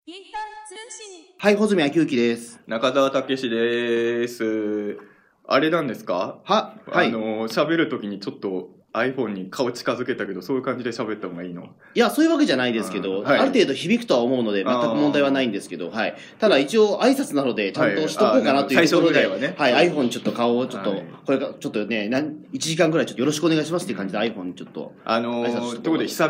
インター通信。 はい、穂積昭之です。 中澤武史です。あれなんですか？ はい。 喋るときにちょっと iPhone に顔近づけたけど、そういう感じで喋った方がいいの？ いや、そういうわけじゃないですけど、 はい、 ある程度響くとは思うので、全く問題はないんですけど、はい。ただ一応挨拶なので、ちゃんとしとこうかなというところで、はい、iPhone ちょっと顔をちょっと、これがちょっとね、1時間くらいちょっとよろしくお願いしますっていう感じで iPhone にちょっと挨拶しとこう。 ということで久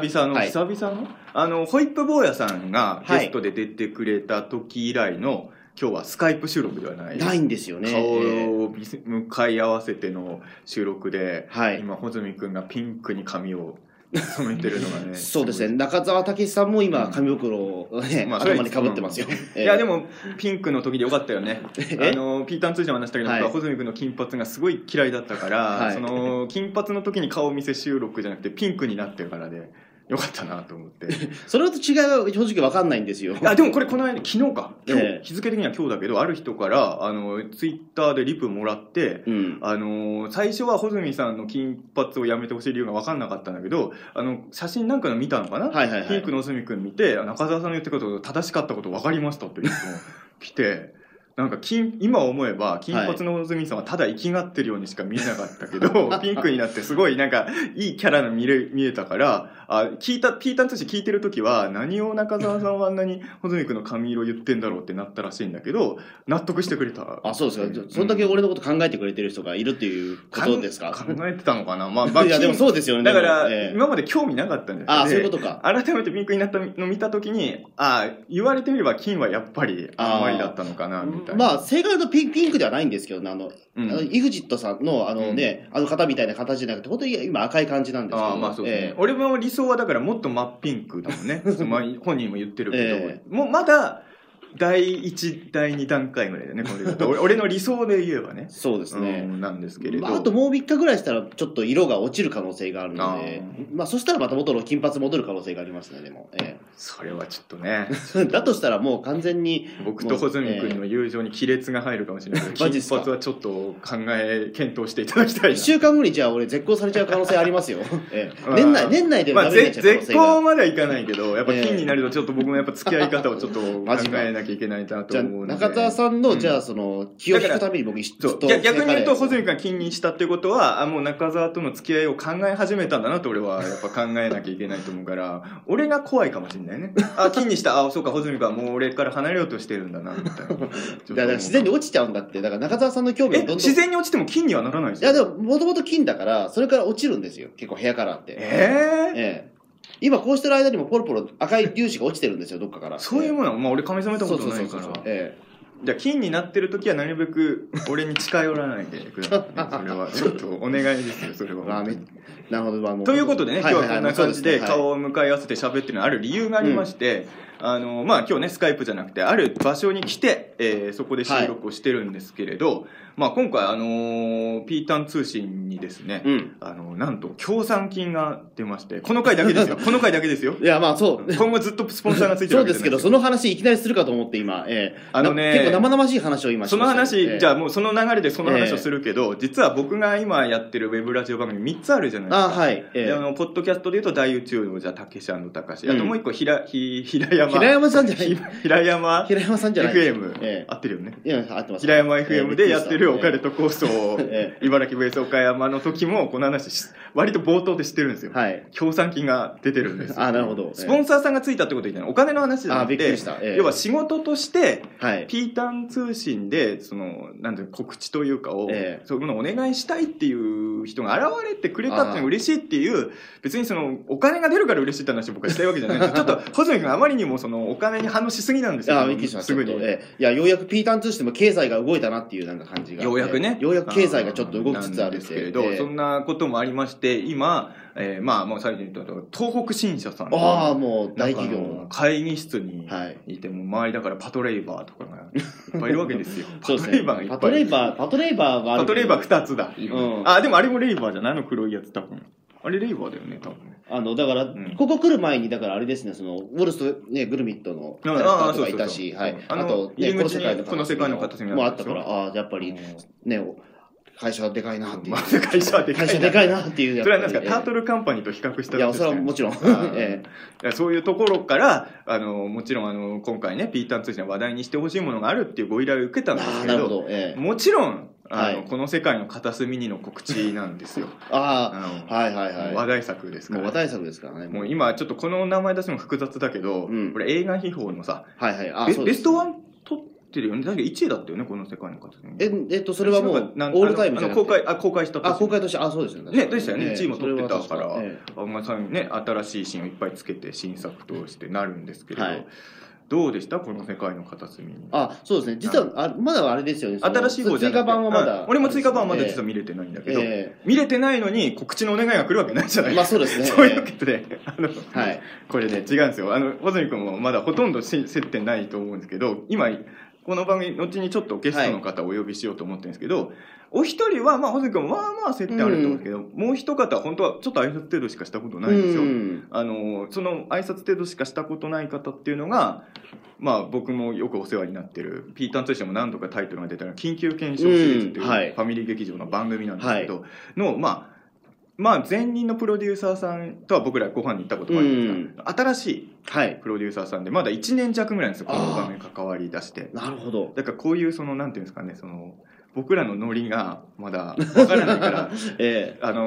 々の、ホイップ坊やさんがゲストで出てくれた時以来の、今日はスカイプ収録ではないんですよね。 顔を向かい合わせての収録で、今穂積君がピンクに髪を染めてるのがねそうですね。中澤武史さんも今紙袋をね、頭にかぶってますよ。 いやでもピンクの時でよかったよね。ピーターン通じの話したけど、僕は穂積君の金髪がすごい嫌いだったから、その金髪の時に顔見せ収録じゃなくてピンクになってるからでよかったなと思って。 それと違いは正直わかんないんですよ。 でもこれこの間、昨日か。今日、日付的には今日だけど、ある人から、ツイッターでリプもらって、最初は穂積さんの金髪をやめてほしい理由がわかんなかったんだけど、写真なんかの見たのかな、ピンクの穂積くん見て、中澤さんの言ってること正しかったこと分かりましたって言って来て、なんか今思えば金髪の穂積さんはただ生きがってるようにしか見えなかったけど、ピンクになってすごいなんかいいキャラが見えたから、ピーターン通信聞いてる時は何を中澤さんはあんなに穂積君の髪色言ってんだろうってなったらしいんだけど、納得してくれた。 そうですか。そんだけ俺のこと考えてくれてる人がいるっていうことですか？ 考えてたのかな。 いやでもそうですよね。 だから今まで興味なかったんですよ。 そういうことか。 改めてピンクになったのを見た時に、言われてみれば金はやっぱりあんまりだったのかなみたいな。 正解のピンクではないんですけど、EXIT さんのあの方みたいな形じゃなくて、本当に今赤い感じなんですけど。 そうですね。俺も理想はだからもっと真っピンクだもんね。本人も言ってるけど、もうまだ第1、第2段階ぐらいだね、これだと。俺の理想で言えばね。 そうですね。 なんですけれど。 あともう3日ぐらいしたら、ちょっと色が落ちる可能性があるので、そしたらまた元の金髪戻る可能性がありますね、でも。 それはちょっとね。 だとしたらもう完全に。 僕と穂積君の友情に亀裂が入るかもしれないけど、金髪はちょっと検討していただきたいな。 1週間後にじゃあ俺絶交されちゃう可能性ありますよ。年内でダメになっちゃう可能性が。 絶交まではいかないけど、やっぱ金になるとちょっと僕もやっぱ付き合い方をちょっと考えなきゃいけないなと思うので。 中澤さんの、じゃあその、気を引くために僕逆に言うと、穂積君が金にしたってことは、もう中澤との付き合いを考え始めたんだなと俺はやっぱ考えなきゃいけないと思うから、俺が怖いかもしれないね。金にした、そうか、穂積君はもう俺から離れようとしてるんだな、みたいな。だから自然に落ちちゃうんだって。だから中澤さんの興味がどんどん。 自然に落ちても金にはならないですよ。いや、でも、もともと金だから、それから落ちるんですよ。結構部屋からって。今こうしてる間にもポロポロ赤い粒子が落ちてるんですよ、どっかから。 そういうものは、俺髪染めたことないから。じゃあ金になってる時はなるべく俺に近寄らないでください、それはちょっとお願いですよ、それは。 なるほど。 ということでね、今日はこんな感じで顔を向かい合わせて喋ってるのはある理由がありまして、今日ねスカイプじゃなくてある場所に来て、そこで収録をしてるんですけれど、今回ピータン通信にですね、なんと協賛金が出まして、この回だけですよ。この回だけですよ。 いやそう。 今後ずっとスポンサーがついてるわけですそうですけど、その話いきなりするかと思って今、結構生々しい話を今その話、じゃあもうその流れでその話をするけど、実は僕が今やってるウェブラジオ番組3つあるじゃないですか。ポッドキャストでいうと大宇宙のじゃあたけし&たかし、あともう一個平山さんじゃない。 平山さんじゃない。 FM、合ってるよね。 いや、合ってます。 平山 FM でやってるオカルト構想、茨城ベース岡山の時もこの話割と冒頭で知ってるんですよ。協賛金が出てるんですよ。 なるほど。 スポンサーさんがついたってこと言ってない。お金の話じゃなくて、要は仕事としてピータン通信でそのなんて告知というかをそういうのをお願いしたいっていう人が現れてくれたっていうのが嬉しいっていう、別にそのお金が出るから嬉しいって話を僕はしたいわけじゃないんです。ちょっと穂積君があまりにもそのお金に反応しすぎなんですよ。 びっくりしました。 すぐに。 いや、ようやくピータン通信でも経済が動いたなっていうなんか感じが。 ようやくね。 ようやく経済がちょっと動きつつあるんですけれど、そんなこともありまして、今、もう最初に言った東北新社さん。 もう大企業の会議室にいて、も周りだからパトレイバーとかがいっぱいいるわけですよ。 パトレイバーがいっぱい。パトレイバーパトレイバー2つだ。でもあれもレイバーじゃないの、黒いやつ多分。あれレイバーだよね、多分。 だから、ここ来る前に、だからあれですね、その、ウォルスね、グルミットのキャラクターとかいたし、あと、ね、 この世界の片隅もあったから、やっぱり、ね、 会社はでかいなっていう。 会社はでかいなっていう。 それはなんですか、タートルカンパニーと比較したら、 いや、それはもちろん。 そういうところから、もちろん今回ね、ピータン通信の話題にしてほしいものがあるっていうご依頼を受けたんですけど、もちろん、この世界の片隅にの告知なんですよ。話題作ですから。 話題作ですからね。 もう今、ちょっとこの名前出すの複雑だけど、これ映画秘宝のさ、ベストワン取ってるよね。確か1位だったよね、この世界の片隅。 それはもう、オールタイムじゃなくて公開したと。 公開として、そうですよね。でしたよね。1位も取ってたから、まさにね、新しいシーンをいっぱいつけて新作としてなるんですけれど、どうでしたこの世界の片隅に。 そうですね。実はまだあれですよね。 新しい方じゃなくて、追加版はまだ。俺も追加版はまだ実は見れてないんだけど、見れてないのに告知のお願いが来るわけないじゃないですか。 そうですね。 そういうわけで、これね、違うんですよ。穂積君もまだほとんど接点ないと思うんですけど、今、この番組、後にちょっとゲストの方をお呼びしようと思ってるんですけど、お一人は、穂積君もまあ接点あると思うんですけど、もう一方は本当はちょっと挨拶程度しかしたことないんですよ。その挨拶程度しかしたことない方っていうのが、僕もよくお世話になってる、ピータン通信も何度かタイトルが出たら、緊急検証シリーズっていうファミリー劇場の番組なんですけど、の、前任のプロデューサーさんとは僕らご飯に行ったことがあるんですが、新しいプロデューサーさんで、まだ1年弱ぐらいなんですよ、この番組に関わり出して。 なるほど。 だからこういう、なんていうんですかね、僕らのノリがまだわからないから、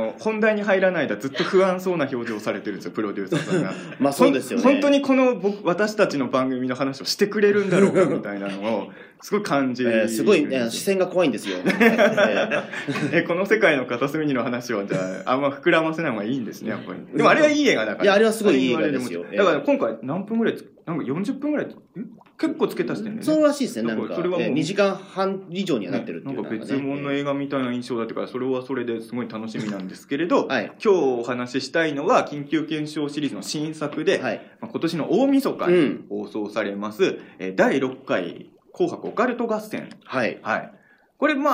本題に入らないでずっと不安そうな表情をされてるんですよ、プロデューサーさんが。 そうですよね。 本当に私たちの番組の話をしてくれるんだろうかみたいなのをすごい感じる、 すごい、視線が怖いんですよ。 この世界の片隅にの話はじゃああんま膨らませない方がいいんですね、やっぱり。でもあれはいい映画だから。 いや、あれはすごいいい映画ですよ。 だから今回何分ぐらいなんか40分ぐらい結構付け足してんね。 そうらしいですね。なんかそれはもう2時間半以上にはなってるっていう、 なんか別物の映画みたいな印象だったから、それはそれですごい楽しみなんですけれど、今日お話ししたいのは緊急検証シリーズの新作で、今年の大晦日に放送されます、第6回紅白オカルト合戦。これ、ピ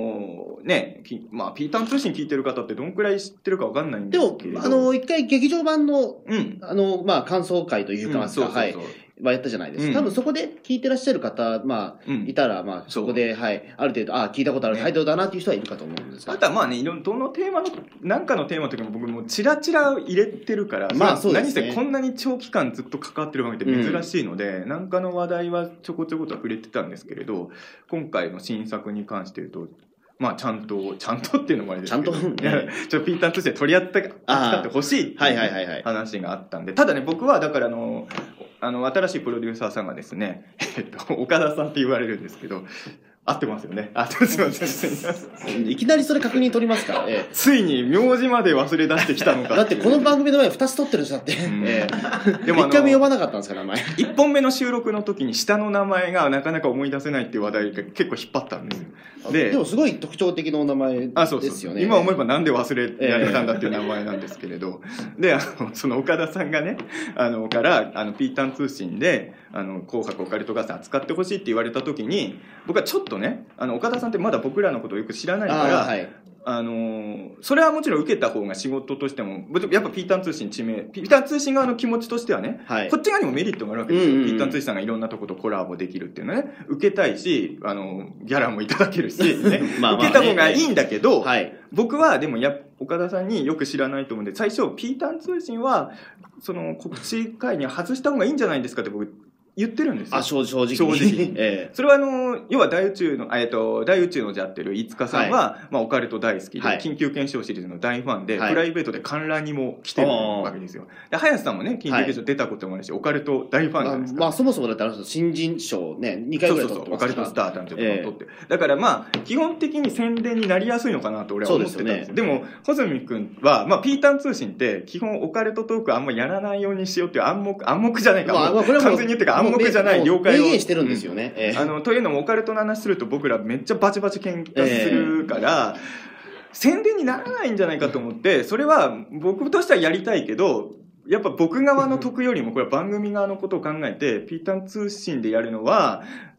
ータン通信聞いてる方ってどんくらい知ってるか分かんないんですけれど。 でも、一回劇場版の、感想会というか、やったじゃないですか。多分そこで聞いてらっしゃる方、いたら、そこで、ある程度、聞いたことあるタイトルだなっていう人はいるかと思うんですが。 あとはどのテーマの、なんかのテーマの時も僕もチラチラ入れてるから、何せこんなに長期間ずっと関わってるわけって珍しいので、なんかの話題はちょこちょことは触れてたんですけれど、今回の新作に関して言うと、ちゃんとっていうのもあれですけど、ちょっとピーターとして取り扱ってほしいっていう話があったんで、ただね、僕はだから新しいプロデューサーさんがですね、岡田さんって言われるんですけど、合ってますよね。すいません。 いきなりそれ確認取りますから、 ついに名字まで忘れ出してきたのか。 だってこの番組の前2つ取ってる人だって。でも1回目呼ばなかったんですから、名前。 1本目の収録の時に下の名前がなかなか思い出せないっていう話題が結構引っ張ったんですよ。 でもすごい特徴的なお名前ですよね。 今思えばなんで忘れられたんだっていう名前なんですけれど。で、その岡田さんがね、から、ピータン通信で、紅白オカルト合戦扱ってほしいって言われた時に、僕はちょっとね、岡田さんってまだ僕らのことをよく知らないから、それはもちろん受けた方が仕事としても、やっぱピータン通信ピータン通信側の気持ちとしてはね、こっち側にもメリットがあるわけですよ。ピータン通信さんがいろんなとことコラボできるっていうのはね、受けたいし、ギャラもいただけるし、ね、受けた方がいいんだけど、僕はでも岡田さんによく知らないと思うんで、最初、ピータン通信は、その告知会に外した方がいいんじゃないですかって僕、言ってるんですよ。 正直。 それは要は大宇宙のじゃってる飯塚さんは、オカルト大好きで、緊急検証シリーズの大ファンで、プライベートで観覧にも来てるわけですよ。で、林さんもね、緊急検証出たこともあるし、オカルト大ファンなんですか。 そもそもだって新人賞ね、2回ぐらい取ってますから。 オカルトスターなんていうのを取って。だから基本的に宣伝になりやすいのかなと俺は思ってたんですよ。でも、穂積君は、ピータン通信って、基本オカルトトークあんまやらないようにしようっていう暗黙じゃないか。完全に言ってか暗黙じゃない了解を。 明言してるんですよね。 というのもオカルトの話すると僕らめっちゃバチバチ喧嘩するから、宣伝にならないんじゃないかと思って、それは僕としてはやりたいけど、やっぱ僕側の得よりもこれは番組側のことを考えて、ピータン通信でやるのは、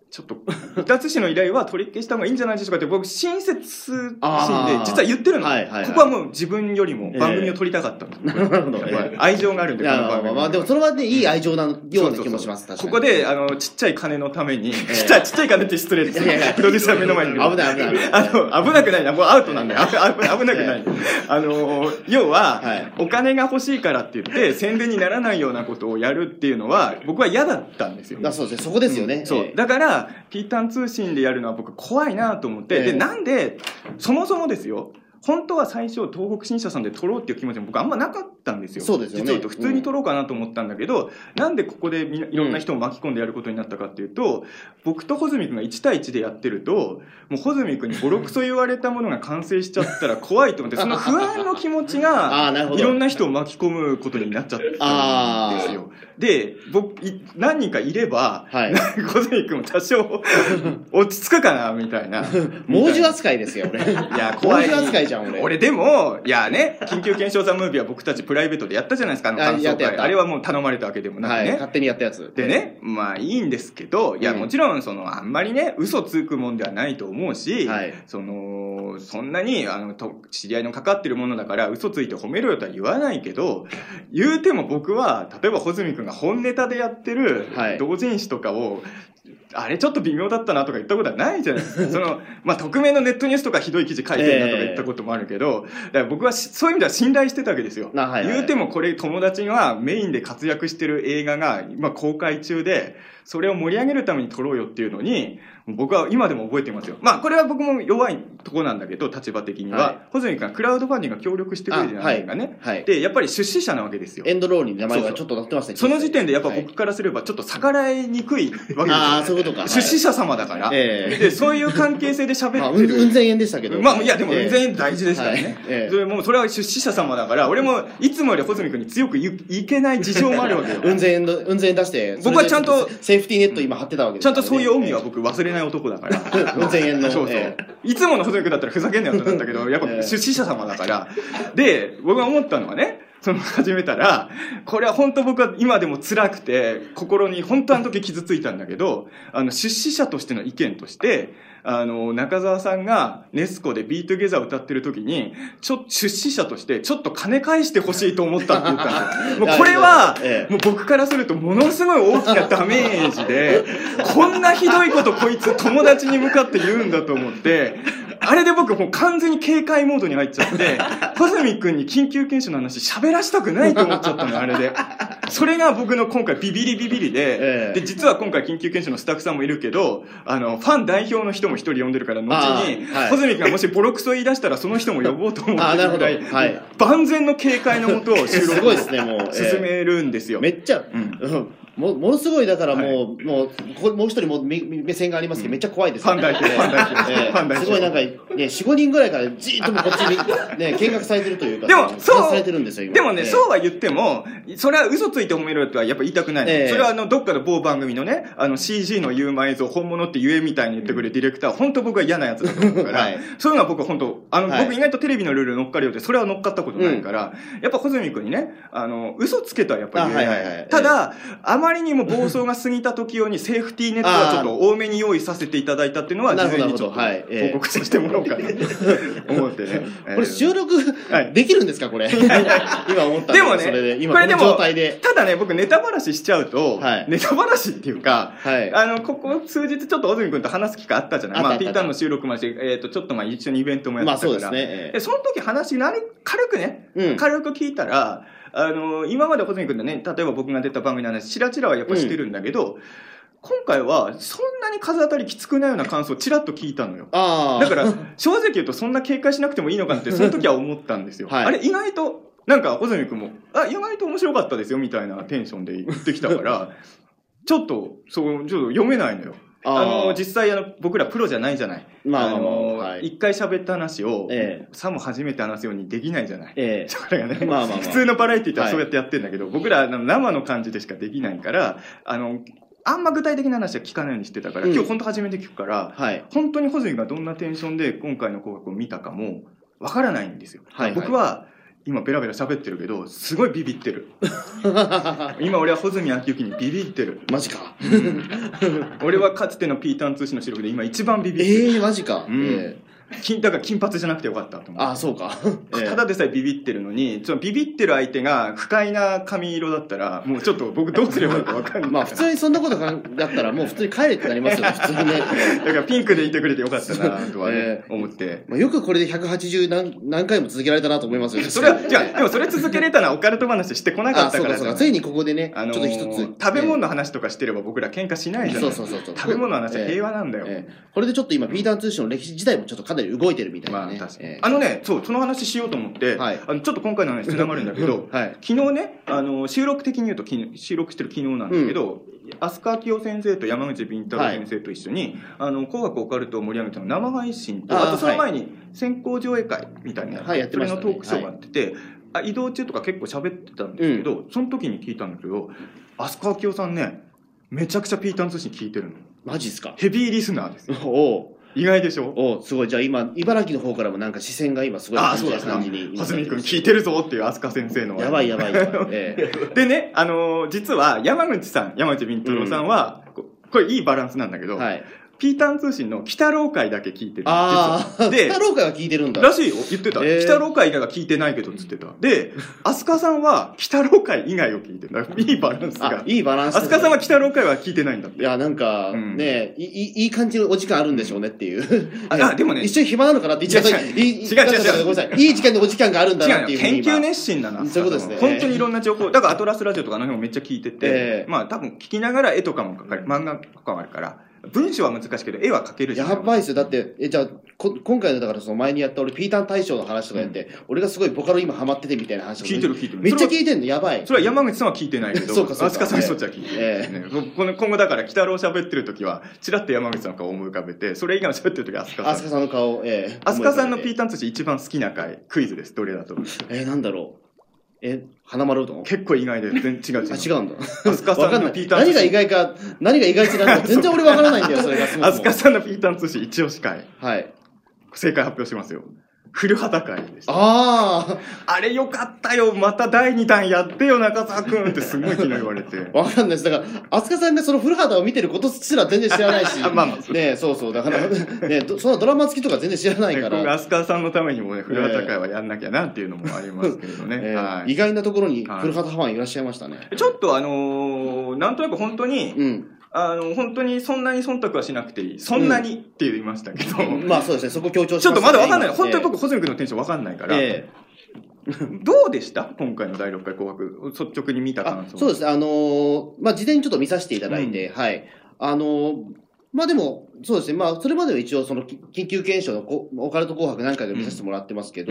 ちょっと、歌津氏の依頼は取り消した方がいいんじゃないでしょうかって、僕、親切心で、実は言ってるの。ここはもう自分よりも番組を撮りたかったんです。なるほど。愛情があるんで、この番組。 まあでもそれはね、いい愛情なような気もします。 ここで、ちっちゃい金のために、ちっちゃい金って失礼です。プロデューサー目の前に。 危ない。 危なくないな。もうアウトなんだよ。危なくない。要は、お金が欲しいからって言って、宣伝にならないようなことをやるっていうのは、僕は嫌だったんですよ。 そうですね。そこですよね。 そう。だから、ピータン通信でやるのは僕怖いなと思って、で、なんで、そもそもですよ、本当は最初、東北新社さんで撮ろうっていう気持ちも僕あんまなかったんですよ。 そうですよね。 実は言うと普通に撮ろうかなと思ったんだけど、なんでここでいろんな人を巻き込んでやることになったかっていうと、僕と穂積君が1対1でやってると、もう穂積君にボロクソ言われたものが完成しちゃったら怖いと思って、その不安の気持ちが、いろんな人を巻き込むことになっちゃったんですよ。で、何人かいれば、穂積君も多少落ち着くかな、みたいな。 猛獣扱いですよ、俺。いや、怖い。 猛獣扱いじゃん。 俺でも、いやね、緊急検証ザムービーは僕たちプライベートでやったじゃないですか、感想会。あれはもう頼まれたわけでもなくね。 勝手にやったやつ。 でね、まあいいんですけど、いやもちろん、あんまりね、嘘つくもんではないと思うし、そんなに、知り合いのかかってるものだから、嘘ついて褒めろよとは言わないけど、言うても僕は、例えば穂積君が本ネタでやってる同人誌とかを、あれちょっと微妙だったなとか言ったことはないじゃないですか。匿名のネットニュースとかひどい記事書いてるなとか言ったこともあるけど、だから僕はそういう意味では信頼してたわけですよ。言うてもこれ友達がメインで活躍してる映画が今公開中で、それを盛り上げるために撮ろうよっていうのに、僕は今でも覚えてますよ。まあこれは僕も弱いとこなんだけど、立場的には。穂積君がクラウドファンディングが協力してくれるじゃないですかね。で、やっぱり出資者なわけですよ。 エンドロールに名前がちょっと載ってますね。 その時点でやっぱ僕からすればちょっと逆らいにくいわけですよ。 ああ、そういうことか。 出資者様だから。で、そういう関係性で喋ってる。 うん千円でしたけど。 まあ、いや、でもうん千円大事ですからね。それは出資者様だから、俺もいつもより穂積君に強くいけない事情もあるわけよ。 うん千円出して、 僕はちゃんと、 セーフティーネット今貼ってたわけです。 ちゃんとそういう恩義は僕忘れない男だから。 うん千円の。 そうそう。いつもの穂積君だったらふざけんなよと思ったけど、やっぱ出資者様だから。で、僕が思ったのはね、始めたら、これは本当僕は今でも辛くて、心に本当あの時傷ついたんだけど、出資者としての意見として、中澤さんがネスコでビートゲザー歌ってる時に、出資者としてちょっと金返してほしいと思ったって言ったんですよ。もうこれは、もう僕からするとものすごい大きなダメージで、こんなひどいことこいつ友達に向かって言うんだと思って、あれで僕もう完全に警戒モードに入っちゃって、穂積君に緊急検証の話喋らしたくないと思っちゃったの、あれで。それが僕の今回ビビリで、で、実は今回緊急検証のスタッフさんもいるけど、ファン代表の人も一人呼んでるから、後に、穂積君がもしボロクソ言い出したらその人も呼ぼうと思ってるぐらい、万全の警戒のもとを収録を進めるんですよ。 めっちゃ、ものすごい、だからもう一人目線がありますけど、めっちゃ怖いですよね。 ファン代表。 すごいなんか、ね、4、5人ぐらいからじーっとこっちに、ね、見学されてるというか、 でも、そう、 されてるんですよ、 でもね、そうは言っても、それは嘘ついて褒めろとはやっぱ言いたくない。それはどっかの某番組のね、CG の言う前映像、本物って言えみたいに言ってくれるディレクターは、本当僕は嫌なやつだと思うから、そういうのは僕は本当、僕意外とテレビのルール乗っかるよって、それは乗っかったことないから、やっぱ穂積君にね、嘘つけとはやっぱり言えない。ただ、あまりにも暴走が過ぎた時用にセーフティーネットはちょっと多めに用意させていただいたっていうのは、事前にちょっと報告させてもらおうかなと思ってね。 これ収録できるんですか、これ。今思ったんでもね、それで、今この状態で。 ただね、僕ネタばらししちゃうと、ネタばらしっていうか、ここ数日ちょっと穂積君と話す機会あったじゃない。まあ、ピーターンの収録もして、ちょっと一緒にイベントもやってたから。まあそうですね。その時話、軽くね、軽く聞いたら、今まで穂積君のね、例えば僕が出た番組の話、チラチラはやっぱしてるんだけど、今回はそんなに風当たりきつくないような感想をチラッと聞いたのよ。だから、正直言うとそんな警戒しなくてもいいのかなって、その時は思ったんですよ。あれ、意外と、なんか、穂積君も、意外と面白かったですよ、みたいなテンションで言ってきたから、ちょっと読めないのよ。実際僕らプロじゃないじゃない。一回喋った話を、さも初めて話すようにできないじゃない。それがね、普通のバラエティってそうやってやってんだけど、僕ら生の感じでしかできないから、あんま具体的な話は聞かないようにしてたから、今日本当初めて聞くから、本当に穂積がどんなテンションで今回の紅白を見たかもわからないんですよ。僕は、 今ベラベラ喋ってるけどすごいビビってる今俺は穂積昭之にビビってる。 マジか俺はかつてのピータン通信の収録で今一番ビビってる。 マジか。 だから金髪じゃなくてよかったと思う。 そうか。 ただでさえビビってるのに、ビビってる相手が不快な髪色だったら、もうちょっと僕どうすればいいか分かんない。 まあ普通にそんなことだったらもう普通に帰れってなりますよね、普通にね。 だからピンクでいてくれてよかったなとはね、思って。 よくこれで180何回も続けられたなと思いますよね。 それは、でもそれ続けれたのはオカルト話してこなかったからそうか。ついにここでね、ちょっと一つ。 食べ物の話とかしてれば僕ら喧嘩しないじゃない。そう。食べ物の話は平和なんだよ。 これでちょっと今、ピーターン通信の歴史自体もちょっとかなり動いてるみたいな。 その話しようと思って、ちょっと今回の話つながるんだけど、昨日ね、収録的に言うと収録してる昨日なんだけど、飛鳥明夫先生と山口敏太郎先生と一緒に、紅白オカルトを盛り上げたの生配信と、あとその前に先行上映会みたいな、それのトークショーがあってて、移動中とか結構喋ってたんですけど、その時に聞いたんだけど、飛鳥明夫さんね、めちゃくちゃピーターン通信聞いてるの。 マジっすか？ ヘビーリスナーですよ。意外でしょ？すごい。じゃあ今、茨城の方からもなんか視線が今すごい感じに。 蓮見くん聞いてるぞっていう飛鳥先生の。 やばい。 でね、実は山口敏太郎さんは、これいいバランスなんだけど、ピーターン通信の北郎会だけ聞いてる。 で、北郎会は聞いてるんだ。 らしいよ。言ってた。北郎会以外は聞いてないけどっつってた。で、飛鳥さんは北郎会以外を聞いてる。いいバランスが。 いいバランス。 飛鳥さんは北郎会は聞いてないんだって。 いや、なんか、ね、いい感じのお時間あるんでしょうねっていう。 でもね。 一緒に暇なのかなって言っちゃった。違う。ごめんなさい。いい時間でお時間があるんだなっていう。 研究熱心だな。 そういうことですね。 本当にいろんな情報。だからアトラスラジオとかあの辺もめっちゃ聞いてて、まあ多分聞きながら絵とかも描かれる。漫画とかもあるから。文章は難しいけど絵は描けるじゃん。 やばいっすよ。だってじゃあ今回のだからその前にやった俺ピーターン大賞の話とかやって、俺がすごいボカロ今ハマっててみたいな話聞いてるめっちゃ聞いてんの。やばい。 それは山口さんは聞いてないけど、 そうか飛鳥さんそっちは聞いてる。今後だから鬼太郎喋ってる時はチラッと山口さんの顔を思い浮かべて、それ以外の喋ってる時は飛鳥さんの顔。 飛鳥さんのピーターンとして一番好きな回クイズです。どれだと思う？ なんだろう。花丸うどん？ 結構意外で全然違う。 違うんだ。 飛鳥さんのピーターン何が意外か、何が意外性なんか全然俺わからないんだよ、それが。 飛鳥さんのピーターン通信一押し回。 はい。 正解発表しますよ。古畑会でした。 あれよかったよ。また第2弾やってよ、中澤くんってすごい昨日言われて。 わかんないです。だから、飛鳥さんがその古畑を見てることすら全然知らないし。ね、そう。だから、ね、そのドラマ好きとか全然知らないから。 飛鳥さんのためにもね、古畑会はやんなきゃなっていうのもありますけれどね。 意外なところに古畑ファンいらっしゃいましたね。 ちょっとなんとなく本当に、本当にそんなに忖度はしなくていい。そんなにって言いましたけど。 まあそうですね、そこ強調します。 ちょっとまだわかんない。本当に僕、穂積君のテンションわかんないから。どうでした今回の第6回紅白。率直に見た感想。 そうですね、まあ事前にちょっと見させていただいて、はい。まあでも、そうですね、まあそれまでは一応その緊急検証のオカルト紅白何回か見させてもらってますけど、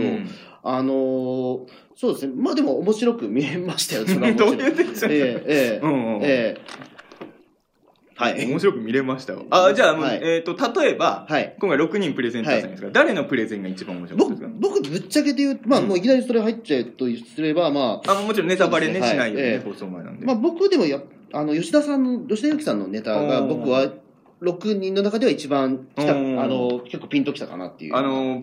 そうですね、まあでも面白く見えましたよ、それはもちろん。 どういうテンション？はい。面白く見れましたよ。じゃあ、例えば、今回6人プレゼンターさんですが、誰のプレゼンが一番面白かったですか？ 僕、ぶっちゃけて言うと、まあ、もういきなりそれ入っちゃうとすれば、まあ。 もちろんネタバレね、しないよね、放送前なんで。 まあ、僕でも吉田由紀さんのネタが、僕は、6人の中では一番結構ピンときたかなっていう。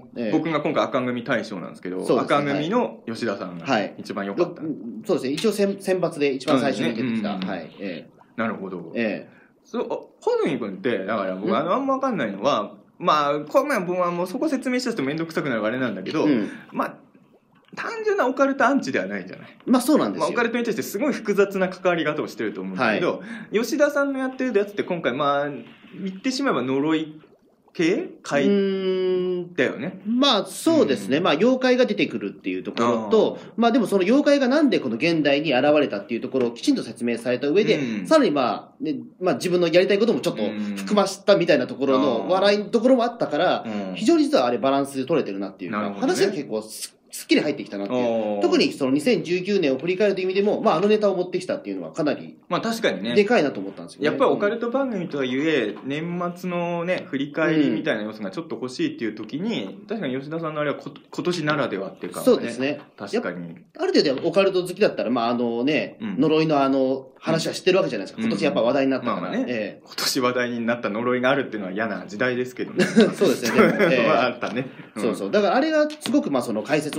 僕が今回赤組大賞なんですけど、赤組の吉田さんが一番良かった。 そうですね、一応選抜で一番最初に出てきた。はい。 なるほど。穂積君って、だから僕あんま分かんないのは、まあ、こんなん僕はもうそこ説明しちゃうと面倒くさくなるあれなんだけど、まあ、単純なオカルトアンチではないじゃない。 まあそうなんですよ。 オカルトに対してすごい複雑な関わり方をしてると思うんだけど、吉田さんのやってるやつって今回、まあ、言ってしまえば呪い系だよね。 まあそうですね。まあ妖怪が出てくるっていうところと、まあでもその妖怪がなんでこの現代に現れたっていうところをきちんと説明された上で、さらにまあ自分のやりたいこともちょっと含ましたみたいなところの笑いのところもあったから、非常に実はあれバランスで取れてるなっていうか、話が結構すっきり入ってきたなっていう。特にその2019年を振り返るという意味でも、まあネタを持ってきたっていうのはかなり、 まあ確かにね。 でかいなと思ったんですよね。 やっぱりオカルト番組とはいえ、年末のね、振り返りみたいな要素がちょっと欲しいっていう時に、確かに吉田さんのあれは今年ならではっていうか、 そうですね。 確かに。 ある程度オカルト好きだったら、まあ呪いの話は知ってるわけじゃないですか。今年やっぱ話題になったから。 まあね。今年話題になった呪いがあるっていうのは嫌な時代ですけどね。 そうですね。 まああったね。 そう。だからあれがすごくまあその解説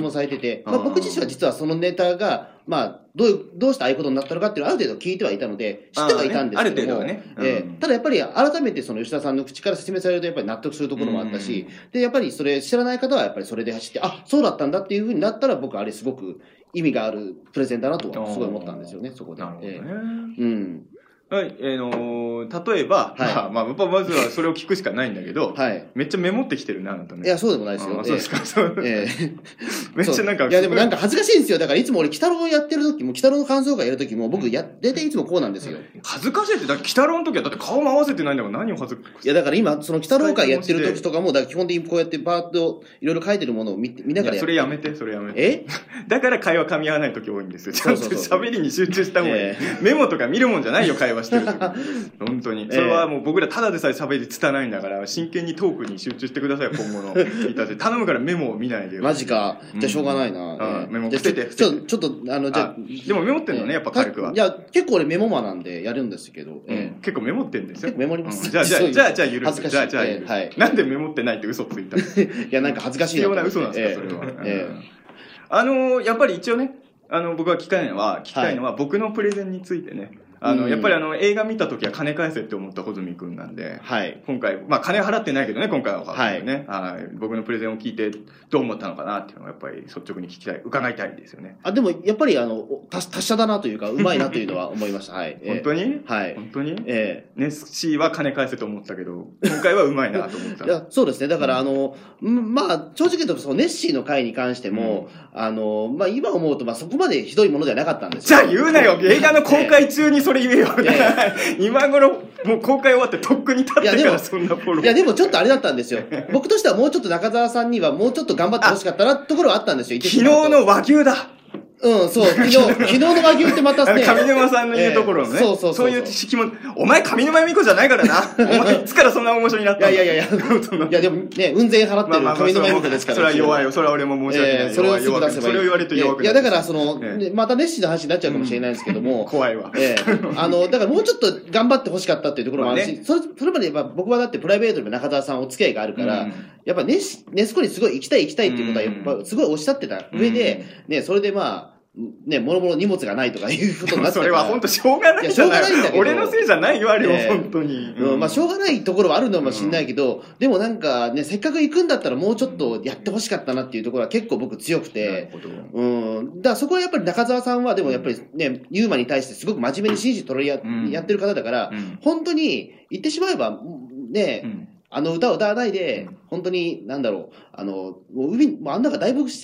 問されてて、僕自身は実はそのネタが、どうしてああいうことになったのかっていうのをある程度聞いてはいたので、知ってはいたんですけども、ただやっぱり改めてその吉田さんの口から説明されるとやっぱり納得するところもあったし、で、やっぱりそれ知らない方はやっぱりそれで走って、そうだったんだっていうふうになったら僕あれすごく意味があるプレゼンだなとはすごい思ったんですよね、そこで。 なるほどね。はい、例えば、まずはそれを聞くしかないんだけど、めっちゃメモってきてるね、あなたね。 いや、そうでもないですよ。 そうですか、めっちゃなんか。 いや、でもなんか恥ずかしいんですよ。だからいつも俺、鬼太郎やってる時も、鬼太郎の感想会やる時も、僕、大体いつもこうなんですよ。 恥ずかしいって、だって鬼太郎の時はだって顔も合わせてないんだから何を恥ずかしい。 いや、だから今、その鬼太郎会やってる時とかも、だから基本的にこうやってバーッといろいろ書いてるものを見ながらそれやめて。だから会話噛み合わない時多いんですよ。ちゃんと喋りに集中した方がいい。メモとか見るもんじゃないよ、会話してる時。本当に。それはもう僕らただでさえ喋り拙いんだから、真剣にトークに集中してくださいよ、今後の。頼むからメモを見ないでよ。 マジか。じゃあしょうがないな。 メモ捨てて。 ちょっと、じゃあ。 でもメモってんのね、やっぱ軽くは。 いや、結構俺メモマなんでやるんですけど。 結構メモってんですよ。 結構メモります。 じゃあ許す。じゃあ許す。じゃあ許す。なんでメモってないって嘘ついたの？ いや、なんか恥ずかしいな。 必要な嘘なんですか、それは。やっぱり一応ね、僕が聞きたいのは、僕のプレゼンについてね。やっぱり映画見た時は金返せって思った穂積君なんで、今回、金払ってないけどね、今回は。僕のプレゼンを聞いてどう思ったのかなっていうのをやっぱり率直に伺いたいですよね。 でもやっぱり達者だなというか、うまいなというのは思いました。はい。 本当に？ はい。 本当に？ネッシーは金返せと思ったけど、今回はうまいなと思った。 いや、そうですね。だから正直言うと、そのネッシーの回に関しても、今思うと、そこまでひどいものではなかったんですよ。じゃあ言うなよ、映画の公開中にそれ言えよ。今頃、もう公開終わってとっくに立ってからそんなフォロー。 いや、でもちょっとあれだったんですよ。僕としてはもうちょっと中澤さんにはもうちょっと頑張ってほしかったなところはあったんですよ。 昨日の和牛だ。 そう。昨日の和牛ってまたね。 上沼さんの言うところのね。そういう知識も、お前上沼恵美子じゃないからな。お前いつからそんな大御所になったの？ いや、でもね、運税払ってる上沼恵美子ですから。 それは弱いよ。それは俺も申し訳ない。 それをすぐ出せばいい。 それを言われると弱くなる。 いや、だからまたネッシーの話になっちゃうかもしれないんですけども。 怖いわ。 だからもうちょっと頑張ってほしかったっていうところもあるし、それまで僕はだってプライベートで中澤さんお付き合いがあるから、やっぱネスコにすごい行きたいっていうことは、やっぱすごいおっしゃってた上で、ね、それでもろもろ荷物がないとかいうことになってたから。 それは本当しょうがないじゃない。俺のせいじゃないよ、あれは本当に。 しょうがないところはあるのかもしれないけど、でもなんかね、せっかく行くんだったらもうちょっとやってほしかったなっていうところは結構僕強くて。だからそこはやっぱり中澤さんはでもやっぱりね、ユーマに対してすごく真面目に真摯取りやってる方だから、本当に言ってしまえば、ね、歌を歌わないで、本当に、もうあんながダイブして、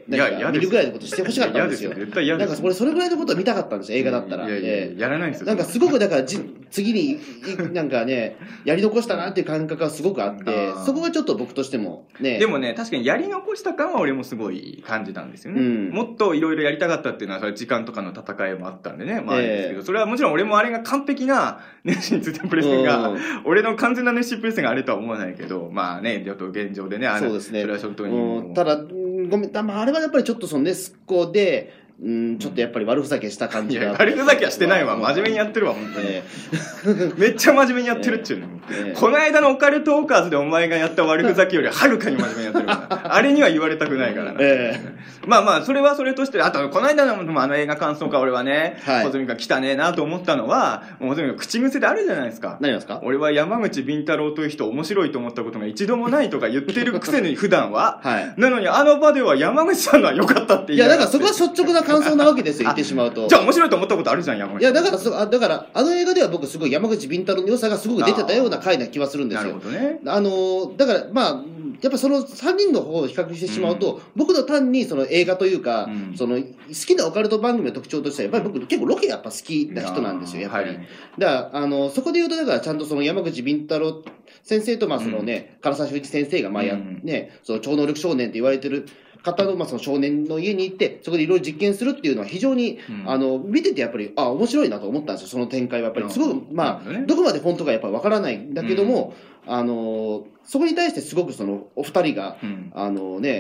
見るぐらいのことしてほしかったんですよ。 絶対嫌です。 俺それぐらいのことを見たかったんですよ、映画だったら。 やらないんですよ。 なんかすごく、だから次に、やり残したなっていう感覚がすごくあって、そこがちょっと僕としてもね。 でもね、確かにやり残した感は俺もすごい感じたんですよね。もっといろいろやりたかったっていうのは、時間とかの戦いもあったんでね、あれですけど、それはもちろん俺もあれが完璧なネッシーについてのプレゼンが、俺の完全なネッシープレゼンがあれとは思わないけど、ちょっと現状でね、 そうですね。 それは本当に。 ただ、ごめん、あれはやっぱりちょっとそのネスコで、ちょっとやっぱり悪ふざけした感じが。 悪ふざけはしてないわ。真面目にやってるわ、本当に。めっちゃ真面目にやってるっちゅうの。この間のオカルトオーカーズでお前がやった悪ふざけよりはるかに真面目にやってるから。あれには言われたくないからな。それはそれとして、あと、この間の映画感想会俺はね、穂積が来たねえなと思ったのは、穂積が口癖であるじゃないですか。 何ですか？ 俺は山口敏太郎という人面白いと思ったことが一度もないとか言ってるくせに普段は。なのにあの場では山口さんのは良かったって言いや、だからそこは率直な感想なわけですよ、言ってしまうと。 じゃあ面白いと思ったことあるじゃん、山口。 いや、だからあの映画では僕すごい山口敏太郎の良さがすごく出てたような回な気はするんですよ。 なるほどね。 だからやっぱその3人の方を比較してしまうと、僕の単にその映画というか、その好きなオカルト番組の特徴としては、やっぱり僕結構ロケやっぱ好きな人なんですよ、やっぱり。だからそこで言うと、だからちゃんとその山口敏太郎先生とそのね、唐沢修一先生がその超能力少年って言われてる方のその少年の家に行って、そこでいろいろ実験するっていうのは非常に、見ててやっぱり、面白いなと思ったんですよ、その展開は。やっぱりすごく、どこまで本当かやっぱりわからないんだけども、そこに対してすごくそのお二人が、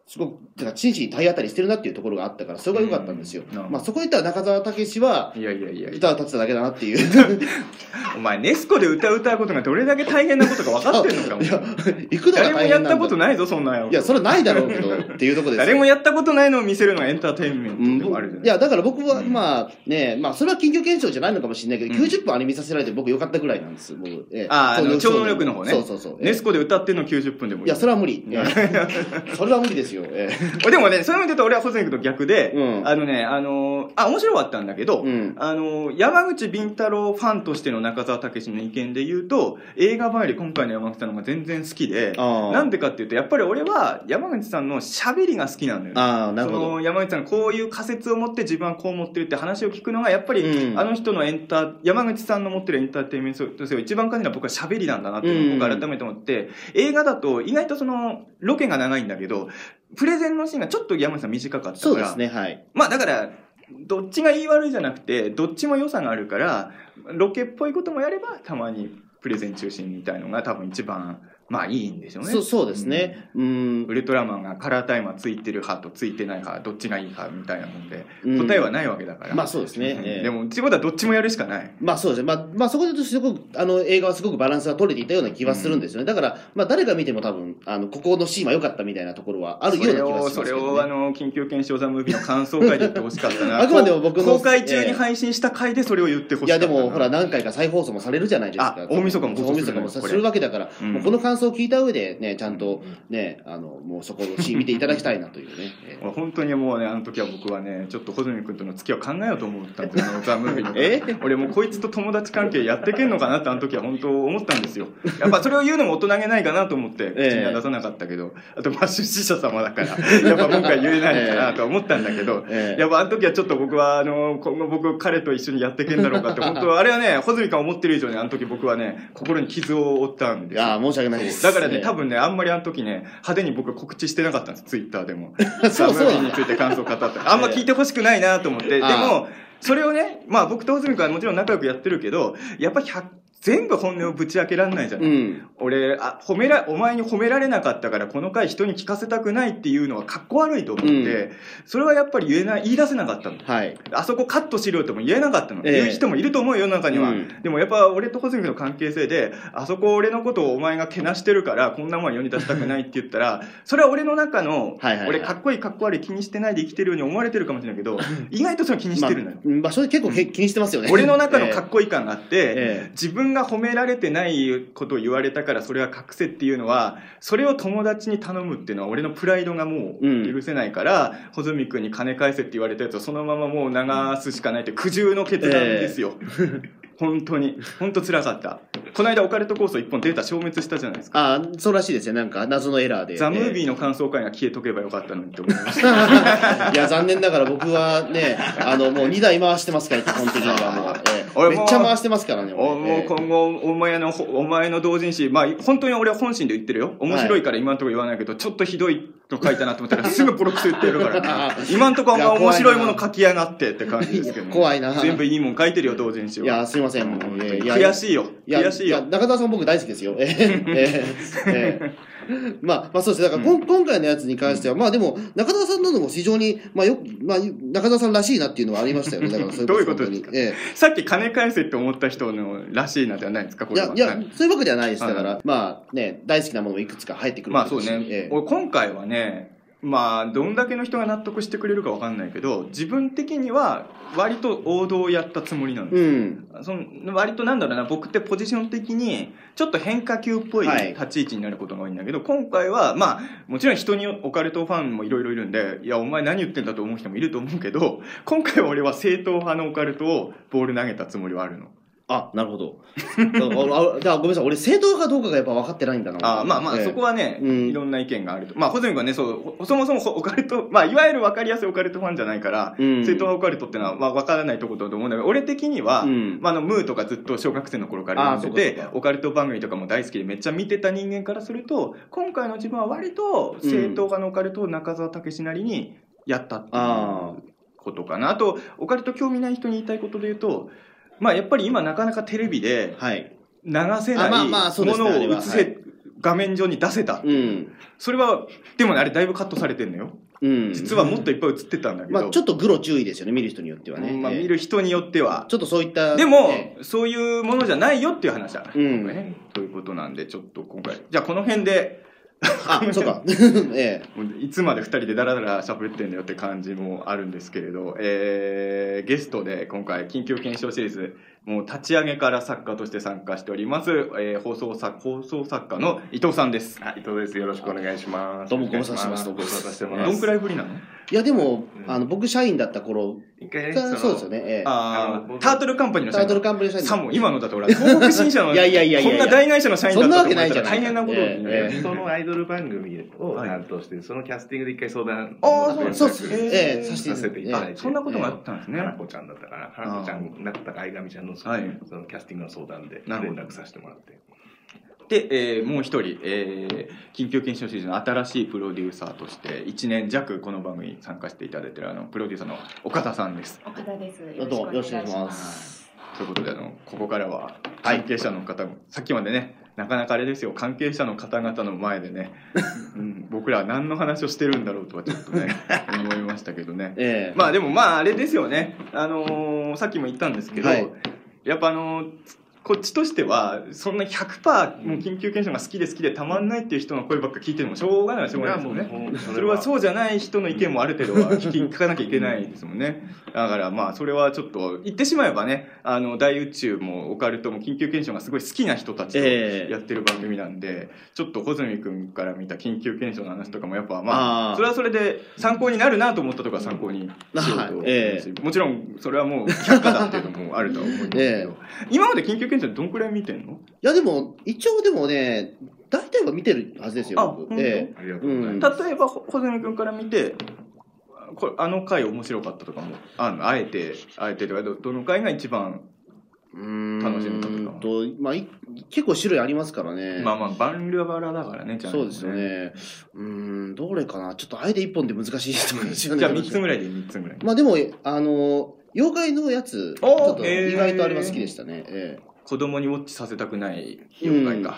すごく真摯に体当たりしてるなっていうところがあったからそれが良かったんですよ、まあ、そこで言ったら中澤武史は歌を歌ってただけだなっていうお前ネスコで歌うことがどれだけ大変なことか分かってんのかも。いや行くのが誰もやったことないぞそんなよ。 いやそれはないだろうけどっていうところです。 誰もやったことないのを見せるのがエンターテインメントでもあるじゃない。 いやだから僕はまあね、まあそれは緊急検証じゃないのかもしれないけど、90分アニメ見させられて僕良かったぐらいなんです。僕超能力の方ね。 そうネスコで歌ってんの90分でもいい。 いやそれは無理。それは無理ですよ。 でもね、そういう意味で言うと俺は細野君と逆で、面白かったんだけど、山口敏太郎ファンとしての中澤武史の意見で言うと、映画前より今回の山口さんの方が全然好きで、なんでかっていうと、やっぱり俺は山口さんの喋りが好きなんだよね。 なるほど。 山口さんがこういう仮説を持って自分はこう思ってるって話を聞くのが、やっぱり、あの人の山口さんの持ってるエンターテインメント性を一番感じるのは僕は喋りなんだなっていうのを僕改めて思って、映画だと意外とそのロケが長いんだけど、プレゼンのシーンがちょっと山口さん短かったから。 そうですね、はい。 まあだから、どっちが言い悪いじゃなくて、どっちも良さがあるから、ロケっぽいこともやれば、たまにプレゼン中心みたいのが多分一番、まあいいんでしょうね。 そうですね。 ウルトラマンがカラータイマーついてる派とついてない派、どっちがいい派みたいなもんで、答えはないわけだから。 まあそうですね。 でも、仕事はどっちもやるしかない。 まあそうですね。まあそこで言うとすごく、映画はすごくバランスが取れていたような気はするんですよね。だから、まあ誰が見ても多分、ここのシーンは良かったみたいなところはあるような気がしますけどね。 それを緊急検証ザムービーの感想会で言ってほしかったな。 あくまでも僕の公開中に配信した回でそれを言ってほしかった。 いやでも、ほら何回か再放送もされるじゃないですか。 大晦日も大晦日もするわけだから、もうこの感想を聞いた上で、ね、ちゃんとね、もうそこのシーン見ていただきたいなというね。 本当にもうね、あの時は僕はね、ちょっと穂積君との付き合いを考えようと思ったんですよ、ザ・ムービーの。俺もうこいつと友達関係やってけんのかなってあの時は本当思ったんですよ。やっぱそれを言うのも大人げないかなと思って口には出さなかったけど、あとまあ出資者様だから、やっぱ今回言えないかなと思ったんだけど、やっぱあの時はちょっと僕は今後僕彼と一緒にやってけんだろうかって、本当あれはね、穂積君が思ってる以上にあの時僕はね、心に傷を負ったんですよ。 いや申し訳ないです。 だからね、多分ね、あんまりあの時ね、派手に僕告知してなかったんです、ツイッターでも。 そうムービーについて感想を語って。あんま聞いてほしくないなと思って。でも、それをね、まあ僕と穂積君はもちろん仲良くやってるけど、やっぱ全部本音をぶち明けられないじゃない。俺、お前に褒められなかったからこの回人に聞かせたくないっていうのはかっこ悪いと思って、それはやっぱり言い出せなかったの。 はい。 あそこカットしろとも言えなかったの。言う人もいると思うよ、世の中には。でもやっぱ俺と穂積君の関係性で、あそこ俺のことをお前がけなしてるから、こんなもんは世に出したくないって言ったら、それは俺の中の、俺かっこいいかっこ悪い気にしてないで生きてるように思われてるかもしれないけど、意外とそれ気にしてるのよ。 まあ、それ結構気にしてますよね。 俺の中のかっこいい感があって、自分が褒められてないことを言われたからそれは隠せっていうのは、それを友達に頼むっていうのは俺のプライドがもう許せないから、穂積君に金返せって言われたやつをそのままもう流すしかないって苦渋の決断ですよ。本当に辛かった。この間オカルトコース1本データ消滅したじゃないですか。 そうらしいですよ。なんか謎のエラーで。 ザ・ムービーの感想会が消えとけばよかったのにって思いました。 いや残念ながら僕はね、もう2台回してますから、基本的にはもう、めっちゃ回してますからね。 もう今後お前の同人誌、まあ本当に俺は本心で言ってるよ。面白いから今のところ言わないけど、ちょっとひどいと書いたなと思ったらすぐボロクソ言ってるから、今のところ面白いもの書きやがってって感じですけど、 怖いな。 全部いいもん書いてるよ、同人誌は。 いやすいません。 悔しいよ。 中澤さん僕大好きですよ。まあそうですね。だから今回のやつに関しては、まあでも中澤さんのも非常に中澤さんらしいなっていうのはありましたよね。だからそういうどういうことですか。さっき金返せって思った人のらしいなではないですか。これは。 いやそういうわけではないです。だからまあね、大好きなものもいくつか入ってくる。 まあそうね。俺今回はね、まあどんだけの人が納得してくれるか分かんないけど、自分的には割と王道をやったつもりなんですよ。割となんだろうな、僕ってポジション的にちょっと変化球っぽい立ち位置になることが多いんだけど、今回はまあもちろん人にオカルトファンもいろいろいるんで、いやお前何言ってんだと思う人もいると思うけど、今回は俺は正統派のオカルトをボール投げたつもりはあるの。 なるほど。だからごめんなさい、俺正統かどうかがやっぱ分かってないんだな。 まあそこはね、いろんな意見があると。まあ穂積君はね、そもそもオカルト、まあいわゆる分かりやすいオカルトファンじゃないから、正統派オカルトってのはまあ分からないところだと思うんだけど、俺的には、ムーとかずっと小学生の頃から読んでて、オカルト番組とかも大好きでめっちゃ見てた人間からすると、今回の自分は割と正統派のオカルトを中澤武史なりにやったっていうことかな。あと、オカルト興味ない人に言いたいことで言うと、まあやっぱり今なかなかテレビで流せないものを映せ画面上に出せた。それは、でもね、あれだいぶカットされてんのよ。実はもっといっぱい映ってたんだけど。 まあちょっとグロ注意ですよね、見る人によってはね。 まあ見る人によっては。 ちょっとそういった。 でも、そういうものじゃないよっていう話だ。ということなんで、ちょっと今回。じゃあこの辺で、 そうか。 いつまで2人でダラダラ喋ってんだよって感じもあるんですけれど、ゲストで今回緊急検証シリーズ、もう立ち上げから作家として参加しております、放送作家の伊藤さんです。 伊藤です。よろしくお願いします。 どうもご無沙汰してます。 ご無沙汰してます。 どんくらいぶりなの？ いやでも、僕社員だった頃一回ね、 そうですよね。 タートルカンパニーの社員。 タートルカンパニーの社員。 さも今のだと俺東北新社のこんな大会社の社員だったと思ったら大変なことをそのアイドル番組を担当して、そのキャスティングで一回相談そうさせていただいて。 そんなことがあったんですね。 花子ちゃんだったかな。花子ちゃんだったか相上ちゃんのそのキャスティングの相談で連絡させてもらって。 で、もう一人、緊急検証シリーズの新しいプロデューサーとして1年弱この番組に参加していただいているプロデューサーの岡田さんです。 岡田です。 よろしくお願いします。 ということでここからは関係者の方も、さっきまでねなかなかあれですよ、関係者の方々の前でね、僕らは何の話をしてるんだろうとはちょっとね思いましたけどね、まあでもまああれですよね、さっきも言ったんですけど、やっぱこっちとしてはそんな 100% もう緊急検証が好きでたまんないっていう人の声ばっか聞いてるのもしょうがないですよね。それはそうじゃない人の意見もある程度は聞かなきゃいけないですもんね。だからまあそれはちょっと言ってしまえばね、大宇宙もオカルトも緊急検証がすごい好きな人たちとやってる番組なんで、ちょっと穂積君から見た緊急検証の話とかもやっぱまあそれはそれで参考になるなと思ったところは参考にしようと思うし、もちろんそれはもう却下だっていうのもあるとは思うんですけど、今まで緊急検証どんくらい見てんの？ いやでも一応でもね、大体は見てるはずですよ。 ありがとうございます。 例えば穂積君から見てこれ回面白かったとかもあえてとかどの回が一番楽しみだとか。 まあ結構種類ありますからね。 まあバンルバラだからね。 そうですよね。どれかな。ちょっとあえて1本で難しいと思うんですよね。 じゃあ3つぐらいで3つぐらい。 まあでも妖怪のやつちょっと意外とあれは好きでしたね。 子供にウォッチさせたくない妖怪か。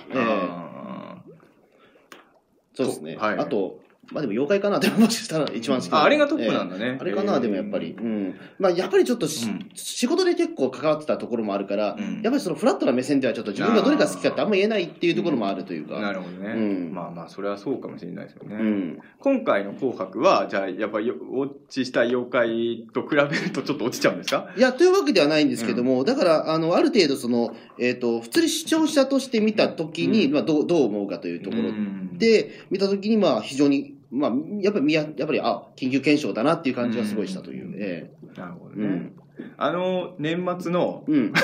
そうですね。あとまあでも妖怪かなでももしかしたら一番好きなあれがトップなんだね。 あれかなでもやっぱりまあやっぱりちょっと仕事で結構関わってたところもあるから、やっぱりそのフラットな目線ではちょっと自分がどれが好きかってあんま言えないっていうところもあるというか。 なるほどね。まあそれはそうかもしれないですよね。今回の紅白はじゃあやっぱりウォッチした妖怪と比べるとちょっと落ちちゃうんですか？いやというわけではないんですけども、だからある程度その普通に視聴者として見た時にまあどう思うかというところで見た時にまあ非常にまあ、やっぱり緊急検証だなっていう感じはすごいしたという。 なるほどね。年末の、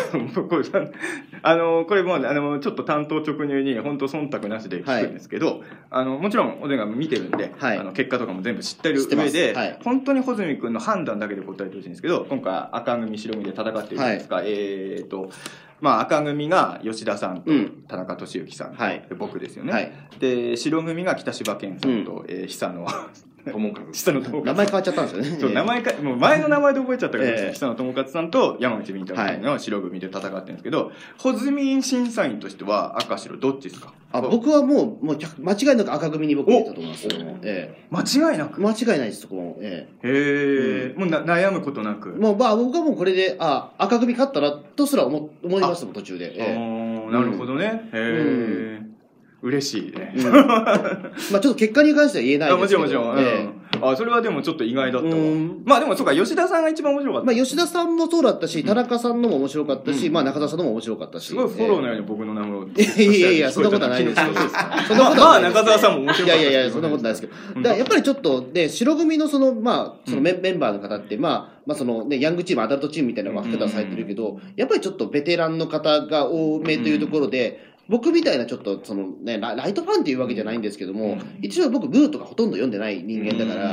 これもちょっと担当直入に本当忖度なしで聞くんですけど、もちろんお電話も見てるんで、結果とかも全部知ってる上で、本当に穂積君の判断だけで答えてほしいんですけど、今回赤組白組で戦ってるじゃないですか。まあ赤組が吉田さんと田中俊之さんと僕ですよね。で白組が北柴健さんと久野友和名前変わっちゃったんですよね。 そう名前もう前の名前で覚えちゃったけど、久野友和さんと山口敏太郎さんの白組で戦ってるんですけど、穂積審査員としては赤白どっちですか？ 僕はもう間違いなく赤組に僕入れたと思いますけども。 間違いなく？ 間違いないです、そこも。 もう悩むことなく。 もう僕はもうこれで赤組勝ったなとすら思いましたもん、途中で。 なるほどね。嬉しいね。 まあちょっと結果に関しては言えないですけど。 もちろん。それはでもちょっと意外だったわ。まあでもそうか、吉田さんが一番面白かった。 まあ吉田さんもそうだったし、田中さんのも面白かったし、まあ中田さんのも面白かったし。 すごいフォローのように僕の名前を。 いや、そんなことはないです。そんなことはない。 まあ中澤さんも面白かった。 いや、そんなことないですけど。だからやっぱりちょっとね、白組のそのメンバーの方って、まあそのね、ヤングチーム、アダルトチームみたいな分け方されてるけど、やっぱりちょっとベテランの方が多めというところで、僕みたいなちょっとそのね、ライトファンっていうわけじゃないんですけども、一応僕ブーとかほとんど読んでない人間だから、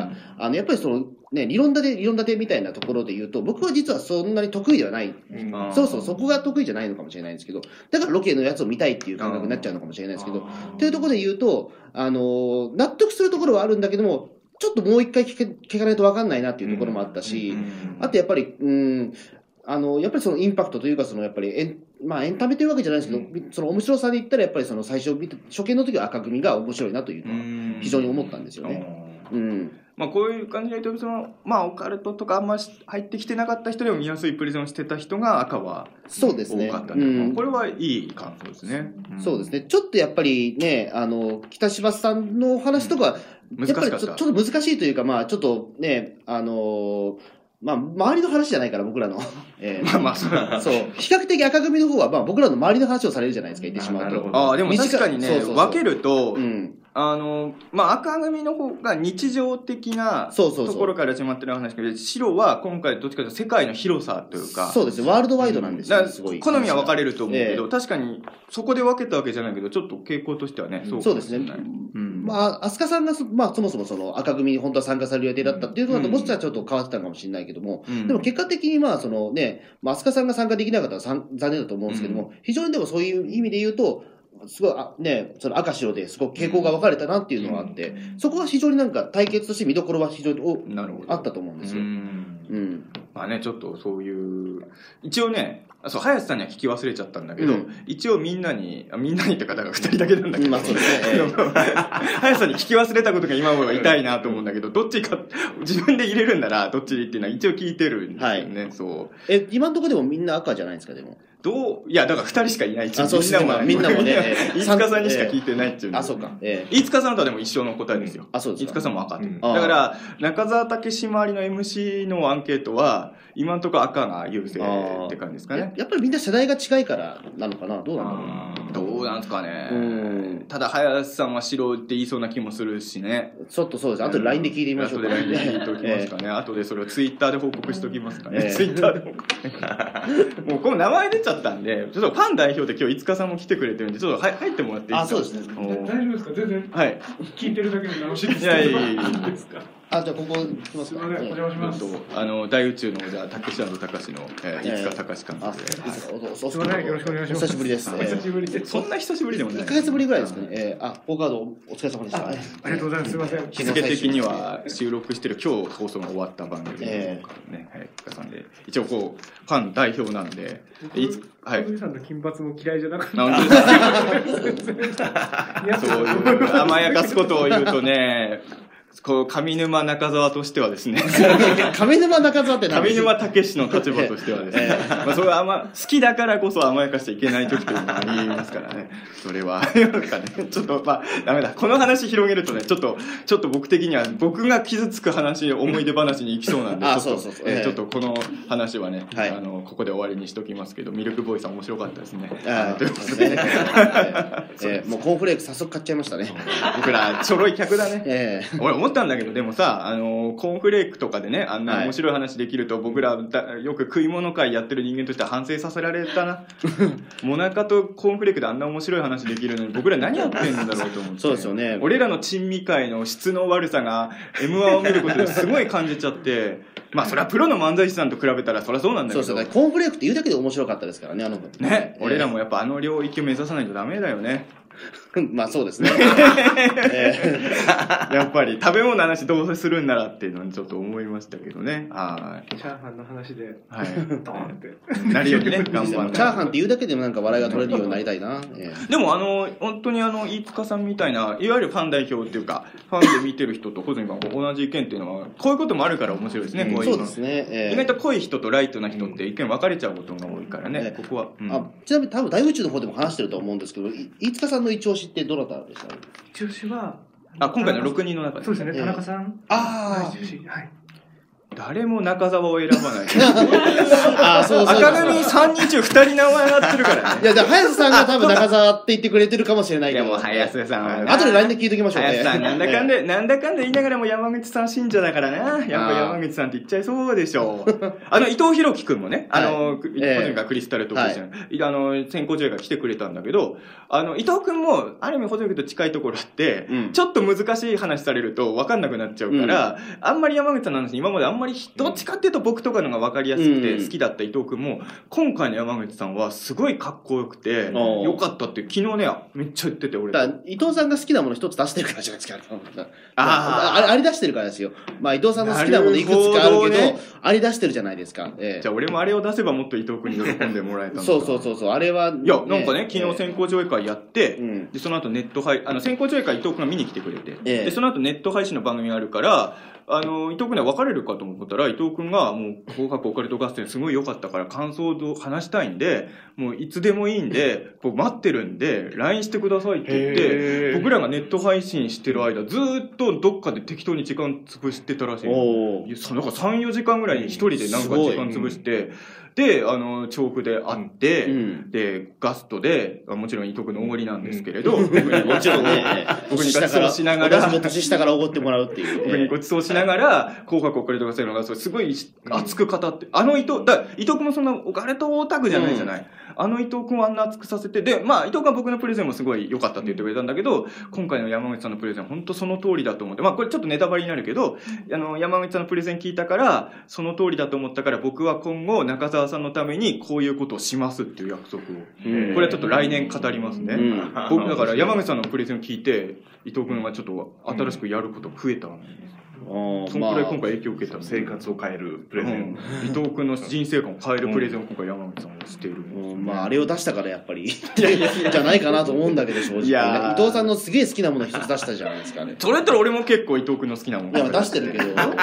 やっぱりそのね、理論立てみたいなところで言うと、僕は実はそんなに得意ではない。そこが得意じゃないのかもしれないんですけど、だからロケのやつを見たいっていう感覚になっちゃうのかもしれないですけど、というところで言うと、納得するところはあるんだけども、ちょっともう一回聞かないと分かんないなっていうところもあったし、あとやっぱり、やっぱりそのインパクトというか、そのやっぱりまあエンタメというわけじゃないですけど、その面白さで言ったらやっぱりその最初初見の時は赤組が面白いなというのは非常に思ったんですよね。 まあこういう感じで言うとまあオカルトとかあんま入ってきてなかった人でも見やすいプレゼンをしてた人が赤は多かったんで、これはいい感想ですね。 そうですね。ちょっとやっぱりね、北柴さんの話とか、やっぱりちょっと難しいというか、まあちょっとね、まあ、周りの話じゃないから、僕らの。 まあそう。比較的赤組の方は、まあ僕らの周りの話をされるじゃないですか、言ってしまうと。 でも確かにね、分けると、まあ赤組の方が日常的なところから始まってる話で、白は今回どっちかというと世界の広さというか。 そうですね、ワールドワイドなんですよ、すごい。 好みは分かれると思うけど、確かにそこで分けたわけじゃないけど、ちょっと傾向としてはね、 そうですね。まあ、飛鳥さんが、まあそもそもその赤組に本当は参加される予定だったっていうのだと、もしかしたらちょっと変わってたかもしれないけども、でも結果的にまあそのね、まあ飛鳥さんが参加できなかったら残念だと思うんですけども、非常にでもそういう意味で言うと、すごいね、その赤白ですごく傾向が分かれたなっていうのがあって、そこは非常になんか対決として見どころは非常にあったと思うんですよ。 まあね、ちょっとそういう、一応ね、そう、林さんには聞き忘れちゃったんだけど、一応みんなにって方が2人だけなんだけど、林さんに聞き忘れたことが今も痛いなと思うんだけど、どっちか、自分で入れるんならどっちっていうのは一応聞いてるんですよね、そう。 今のところでもみんな赤じゃないですか、でも。 いや、だから2人しかいないっちゅう。 みんなもね。 飯塚さんにしか聞いてないっちゅう。 そうか。 飯塚さんとはでも一緒の答えですよ。 そうです。 飯塚さんも赤。だから、中澤武史周りの MC のアンケートは、今のところ赤が優勢って感じですかね。 やっぱりみんな世代が近いからなのかな、どうなんだろうな。 どうなんですかね。ただ、林さんは白って言いそうな気もするしね。 ちょっとそうです。あとで LINE で聞いてみましょうか。 あとで LINE で聞いておきますかね。あとでそれをツイッターで報告しておきますかね。ツイッターで報告。もうこの名前出ちゃったんで、ちょっとファン代表で今日五日さんも来てくれてるんで、ちょっと入ってもらっていいですか。 そうですね。 大丈夫ですか、全然。はい。聞いてるだけで楽しいです。 いやいや。 じゃあここ来ますか。 お邪魔します。 大宇宙のじゃあたけし&たかしの飯塚隆監督で。 すみません、よろしくお願いします。 お久しぶりです。 久しぶりです。 そんな久しぶりでもない。 1ヶ月ぶりぐらいですかね。ポーカードお疲れ様でした。ありがとうございます。すみません。 日付的には収録してる今日放送が終わった番組ね。さんで一応こうファン代表なんで。 はい。さんの金髪も嫌いじゃなかった。 そういう甘やかすことを言うとね。こう上沼中澤としてはですね上沼中澤って何ですか。上沼武史の立場としてはですね、まあそれは好きだからこそ甘やかしちゃいけない時というのがありますからね。それはなんかね、ちょっとまあダメだ。この話広げるとね、ちょっと僕的には僕が傷つく話、思い出話に行きそうなんで、ちょっとこの話はね、ここで終わりにしときますけど、ミルクボーイさん面白かったですね。ということで、 もうコーンフレーク早速買っちゃいましたね。 僕らちょろい客だね。俺思ったんだけど、でもさ、コーンフレークとかでね、あんな面白い話できると、僕らよく食い物会やってる人間としては反省させられたな。モナカとコーンフレークであんな面白い話できるのに、僕ら何やってんだろうと思って。 そうですよね。 俺らの珍味会の質の悪さが M1 を見ることですごい感じちゃって、まあそれはプロの漫才師さんと比べたらそりゃそうなんだけど。 そうですね。コーンフレークって言うだけで面白かったですからね、 ね。俺らもやっぱ領域を目指さないとダメだよね。 まあそうですね。 やっぱり食べ物の話どうせするんならっていうのにちょっと思いましたけどね。 チャーハンの話で、 はい、 ドーンってなるようにね、頑張って。 チャーハンって言うだけでもなんか笑いが取れるようになりたいな。 でも本当に飯塚さんみたいな、いわゆるファン代表っていうか、ファンで見てる人と小泉さんが同じ意見っていうのは、こういうこともあるから面白いですね、こういうの。 そうですね。 意外と濃い人とライトな人って意見分かれちゃうことが多いからね、ここは。 ちなみに多分大宇宙の方でも話してると思うんですけど、飯塚さんの一押しってどなたでした？ 一押しは今回の6人の中で。 そうですね、田中さん。はい。 誰も中澤を選ばない。そう赤組3人中2人名前上がってるからね。 いや、でも林さんが多分中澤って言ってくれてるかもしれないけど。 いや、もう林さんは。 後で LINE で聞いときましょうね。 林さん、なんだかんだ言いながらも山口さん信者だからな。やっぱ山口さんって言っちゃいそうでしょう。伊藤博樹くんもね、個人がクリスタルトークして先行試合が来てくれたんだけど、伊藤くんも、ある意味細木と近いところあって、ちょっと難しい話されると分かんなくなっちゃうから、あんまり山口さんの話今まであんまりりどっちかっていうと僕とかのが分かりやすくて好きだった伊藤君も、今回の山口さんはすごいかっこよくてよかったって昨日ねめっちゃ言ってて、俺伊藤さんが好きなもの一つ出してるからじゃないですか。あり出してるからですよ。まあ伊藤さんの好きなものいくつかあるけど、あり出してるじゃないですか。 じゃあ俺もあれを出せばもっと伊藤君に喜んでもらえたんだ。 そうあれは、 いやなんかね、昨日先行上映会やって、でその後ネット配先行上映会伊藤君が見に来てくれて、でその後ネット配信の番組があるから伊藤君には別れるかと思ったら、伊藤君がもう紅白オカルト合戦すごい良かったから感想を話したいんで、もういつでもいいんで僕待ってるんで LINE してくださいって言って、僕らがネット配信してる間ずっとどっかで適当に時間潰してたらしい。なんか 3,4 時間ぐらいに一人でなんか時間潰して、で調布で会って、でガストでもちろん伊藤君のおごりなんですけれど、僕にもちろんね、 僕にごちそうしながら、 私も年下からおごってもらうっていう、 僕にごちそうしながら紅白オカルト合戦のがすごい熱く語って、伊藤君もそんなオカルトオタクじゃないじゃない、伊藤君をあんな熱くさせて、でまあ伊藤君は僕のプレゼンもすごい良かったって言ってくれたんだけど、今回の山口さんのプレゼン本当その通りだと思って、まあこれちょっとネタバレになるけど、山口さんのプレゼン聞いたからその通りだと思ったから、僕は今後中澤さんのためにこういうことをしますっていう約束を、これはちょっと来年語りますね。僕だから山口さんのプレゼンを聞いて伊藤君がちょっと新しくやること増えたんです。そのくらい今回影響を受けた。 生活を変えるプレゼン、 伊藤君の人生観を変えるプレゼンを今回山口さんはしている。 まああれを出したからやっぱりじゃないかなと思うんだけど、正直伊藤さんのすげえ好きなもの一つ出したじゃないですかね。 それだったら俺も結構伊藤君の好きなもの出してるけど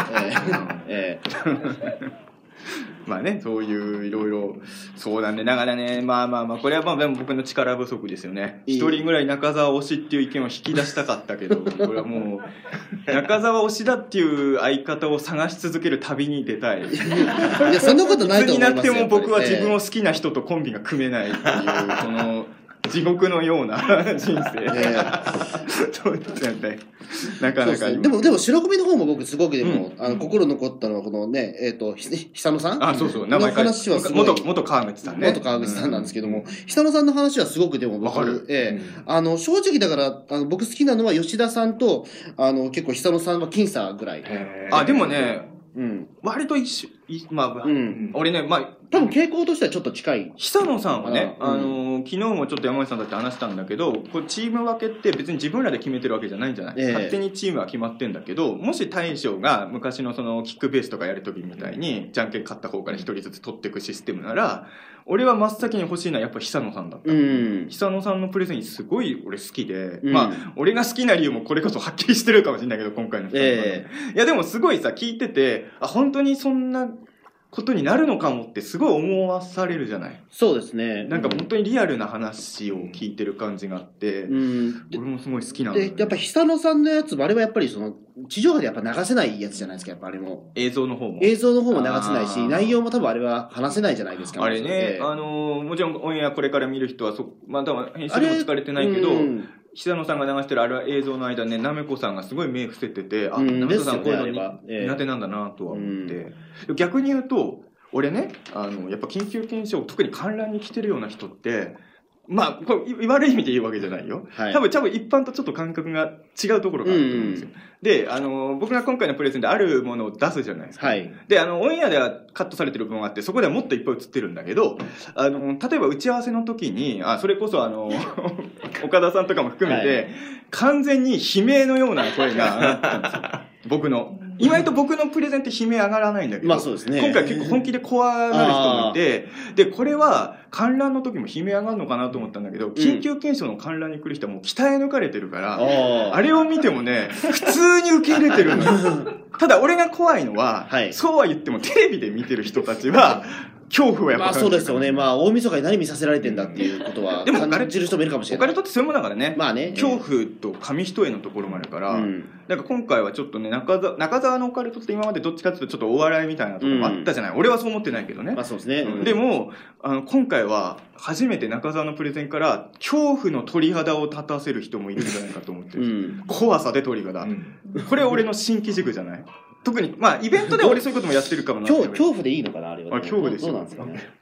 まあね、そういういろいろ、そうだね、だからね、まあ、これはまあでも僕の力不足ですよね。一人ぐらい中澤推しっていう意見を引き出したかったけど、これはもう、中澤推しだっていう相方を探し続ける旅に出たい。いや、そんなことないと思いますよ。いつになっても僕は自分を好きな人とコンビが組めないっていう、その、地獄のような人生。そうですね。なかなかでも白組の方も僕すごくでも、心残ったのはこのね、久野さん、 そう名前の話はすごい元川口さんね。 元川口さんなんですけども、久野さんの話はすごくでも僕正直だから僕好きなのは吉田さんと結構久野さんは僅差ぐらい。 でもね、割と一緒、俺ね、 多分傾向としてはちょっと近い。 久野さんはね、昨日もちょっと山口さんだって話したんだけど、これチーム分けって別に自分らで決めてるわけじゃないんじゃない、勝手にチームは決まってんだけど、もし大将が昔のそのキックベースとかやるときみたいに、じゃんけん勝った方から一人ずつ取っていくシステムなら、俺は真っ先に欲しいのはやっぱ久野さんだった。久野さんのプレゼンすごい俺好きで、俺が好きな理由もこれこそはっきりしてるかもしれないけど、今回の久野さん。いやでもすごいさ、聞いてて、本当にそんなことになるのかもってすごい思わされるじゃない。 そうですね。 なんか本当にリアルな話を聞いてる感じがあって、俺もすごい好きなんだよね。 で、やっぱ久野さんのやつもあれはやっぱりその地上波でやっぱ流せないやつじゃないですか、やっぱあれも。 映像の方も流せないし、内容も多分あれは話せないじゃないですか。 あれね、もちろんオンエアこれから見る人は多分編集でも疲れてないけど、久野さんが流してるあれ映像の間ね、なめこさんがすごい目伏せてて、なめこさんこういうの苦手なんだなとは思って。逆に言うと、俺ね、やっぱ緊急検証、特に観覧に来てるような人って、これ悪い意味で言うわけじゃないよ。多分一般とちょっと感覚が違うところがあると思うんですよ。で、僕が今回のプレゼンであるものを出すじゃないですか。で、オンエアではカットされてる部分があって、そこではもっといっぱい映ってるんだけど、例えば打ち合わせの時に、それこそ岡田さんとかも含めて、完全に悲鳴のような声が上がったんですよ。僕の。意外と僕のプレゼンって悲鳴上がらないんだけど、 そうですね、 今回結構本気で怖がる人もいて、で、これは観覧の時も悲鳴上がるのかなと思ったんだけど、緊急検証の観覧に来る人はもう鍛え抜かれてるから、あれを見てもね、普通に受け入れてるのよ。ただ俺が怖いのは、そうは言ってもテレビで見てる人たちは、恐怖はやっぱそうですよね。大晦日に何見させられてんだっていうことは感じる人もいるかもしれない。 オカルトってそういうものだからね。恐怖と紙一重のところもあるから、なんか今回はちょっとね、中澤のオカルトって今までどっちかっていうとちょっとお笑いみたいなところもあったじゃない。俺はそう思ってないけどね。 そうですね。 でも、今回は初めて中澤のプレゼンから恐怖の鳥肌を立たせる人もいるんじゃないかと思ってる。怖さで鳥肌。これ俺の新機軸じゃない。特に、イベントで俺そういうこともやってるかもな。 恐怖でいいのかな、あれは。 恐怖でしょ。 どうなんですかね。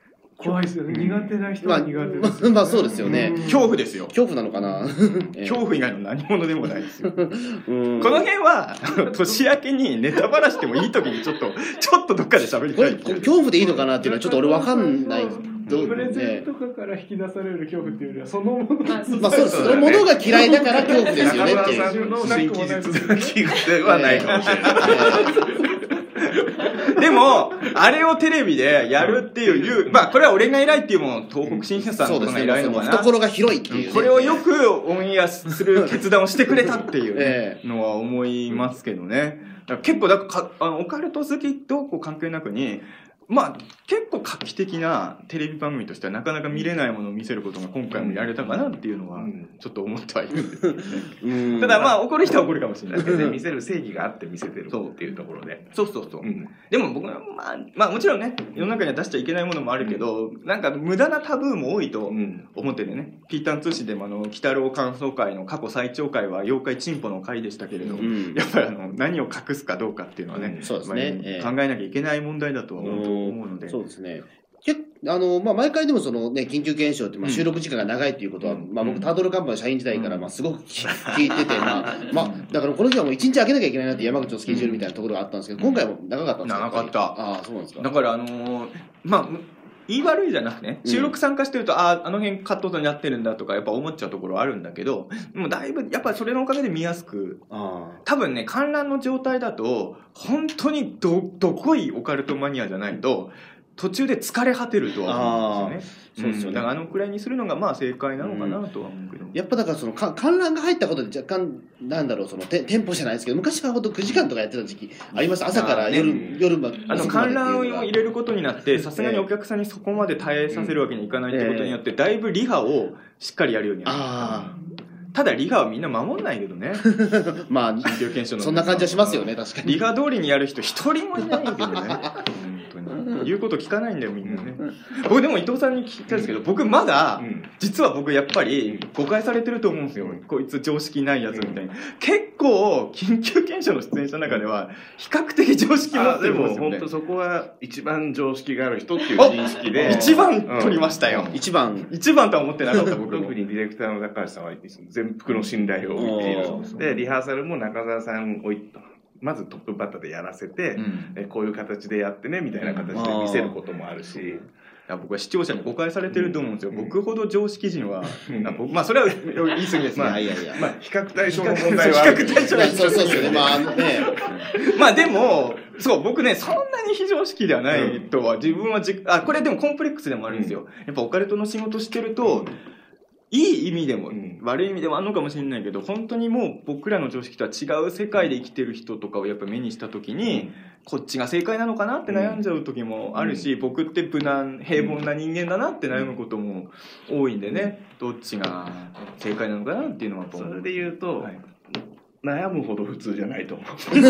怖いですよね。苦手な人は苦手ですよね。 まあそうですよね。 恐怖ですよ。 恐怖なのかな。 恐怖以外の何者でもないですよ。この辺は、年明けにネタばらしてもいい時にちょっっとどっかで喋りたい。 恐怖でいいのかなっていうのはちょっと俺わかんない。 プレゼンとかから引き出される恐怖っていうよりはそのもの、 まあそうです。そのものが嫌いだから恐怖ですよねっていう。 中村さんの新規実ではないかもしれない。 でも、あれをテレビでやるっていう、まあこれは俺が偉いっていうもの、東北新社さんの方が偉いのかな。 懐が広いっていう。 これをよくオンエアする決断をしてくれたっていうのは思いますけどね。結構オカルト好きと関係なくに、まあ結構画期的なテレビ番組としてはなかなか見れないものを見せることが今回もやれたかなっていうのはちょっと思ってはいるんですけどね。ただまあ怒る人は怒るかもしれないけど、 見せる正義があって見せてるっていうところで。 そう。でも僕はまあもちろんね、世の中には出しちゃいけないものもあるけど、なんか無駄なタブーも多いと思っててね。ピーターン通信でも鬼太郎感想会の過去最長回は妖怪チンポの回でしたけれど、やっぱり何を隠すかどうかっていうのはね、 そうですね。 考えなきゃいけない問題だとは思うので。 そうですね。まあ、毎回でもそのね、緊急検証って、収録時間が長いっていうことは、まあ僕、タートルカンパの社員時代から、すごく聞いてて、だからこの日はもう1日空けなきゃいけないなって山口のスケジュールみたいなところがあったんですけど、今回も長かったんですか？ 長かった。 ああ、そうなんですか。 だからまあ、言い悪いじゃなくてね、収録参加してると、あの辺カットになってるんだとか、やっぱ思っちゃうところあるんだけど、もうだいぶ、やっぱりそれのおかげで見やすく、多分ね、観覧の状態だと、本当にどこいオカルトマニアじゃないと、途中で疲れ果てるとは思うんですよね。そうですよね。だからくらいにするのがまあ正解なのかなとは思うけど。 やっぱだからその観覧が入ったことで若干、なんだろう、そのテンポじゃないですけど、昔はほんと9時間とかやってた時期ありました。朝から夜まで。 観覧を入れることになって、さすがにお客さんにそこまで耐えさせるわけにいかないってことによって、だいぶリハをしっかりやるようになった。ただリハはみんな守んないけどね。 まあ、そんな感じはしますよね、確かに。 リハ通りにやる人一人もいないけどね。言うこと聞かないんだよみんなね。僕でも伊藤さんに聞きたいですけど、僕まだ実は僕やっぱり誤解されてると思うんですよ。こいつ常識ないやつみたいな。結構緊急検証の出演者の中では比較的常識持ってるんですよね。 でも本当そこは一番常識がある人っていう認識で一番取りましたよ。 一番とは思ってなかった僕も。 特にディレクターの高橋さんは全幅の信頼を置いている。でリハーサルも中澤さんをまずトップバッターでやらせて、こういう形でやってねみたいな形で見せることもあるし。 僕は視聴者に誤解されてると思うんですよ。僕ほど常識人は、まあそれは言い過ぎですね。 まあ比較対象の問題はある。 比較対象はそうですよね。 まあでも、そう、僕ね、そんなに非常識ではないとは自分はこれでもコンプレックスでもあるんですよ。やっぱオカルトの仕事してると、いい意味でも、悪い意味でもあるのかもしれないけど、本当にもう僕らの常識とは違う世界で生きてる人とかをやっぱ目にした時に、こっちが正解なのかなって悩んじゃう時もあるし、僕って無難、平凡な人間だなって悩むことも多いんでね、どっちが正解なのかなっていうのはそれで言うと、悩むほど普通じゃないと思う。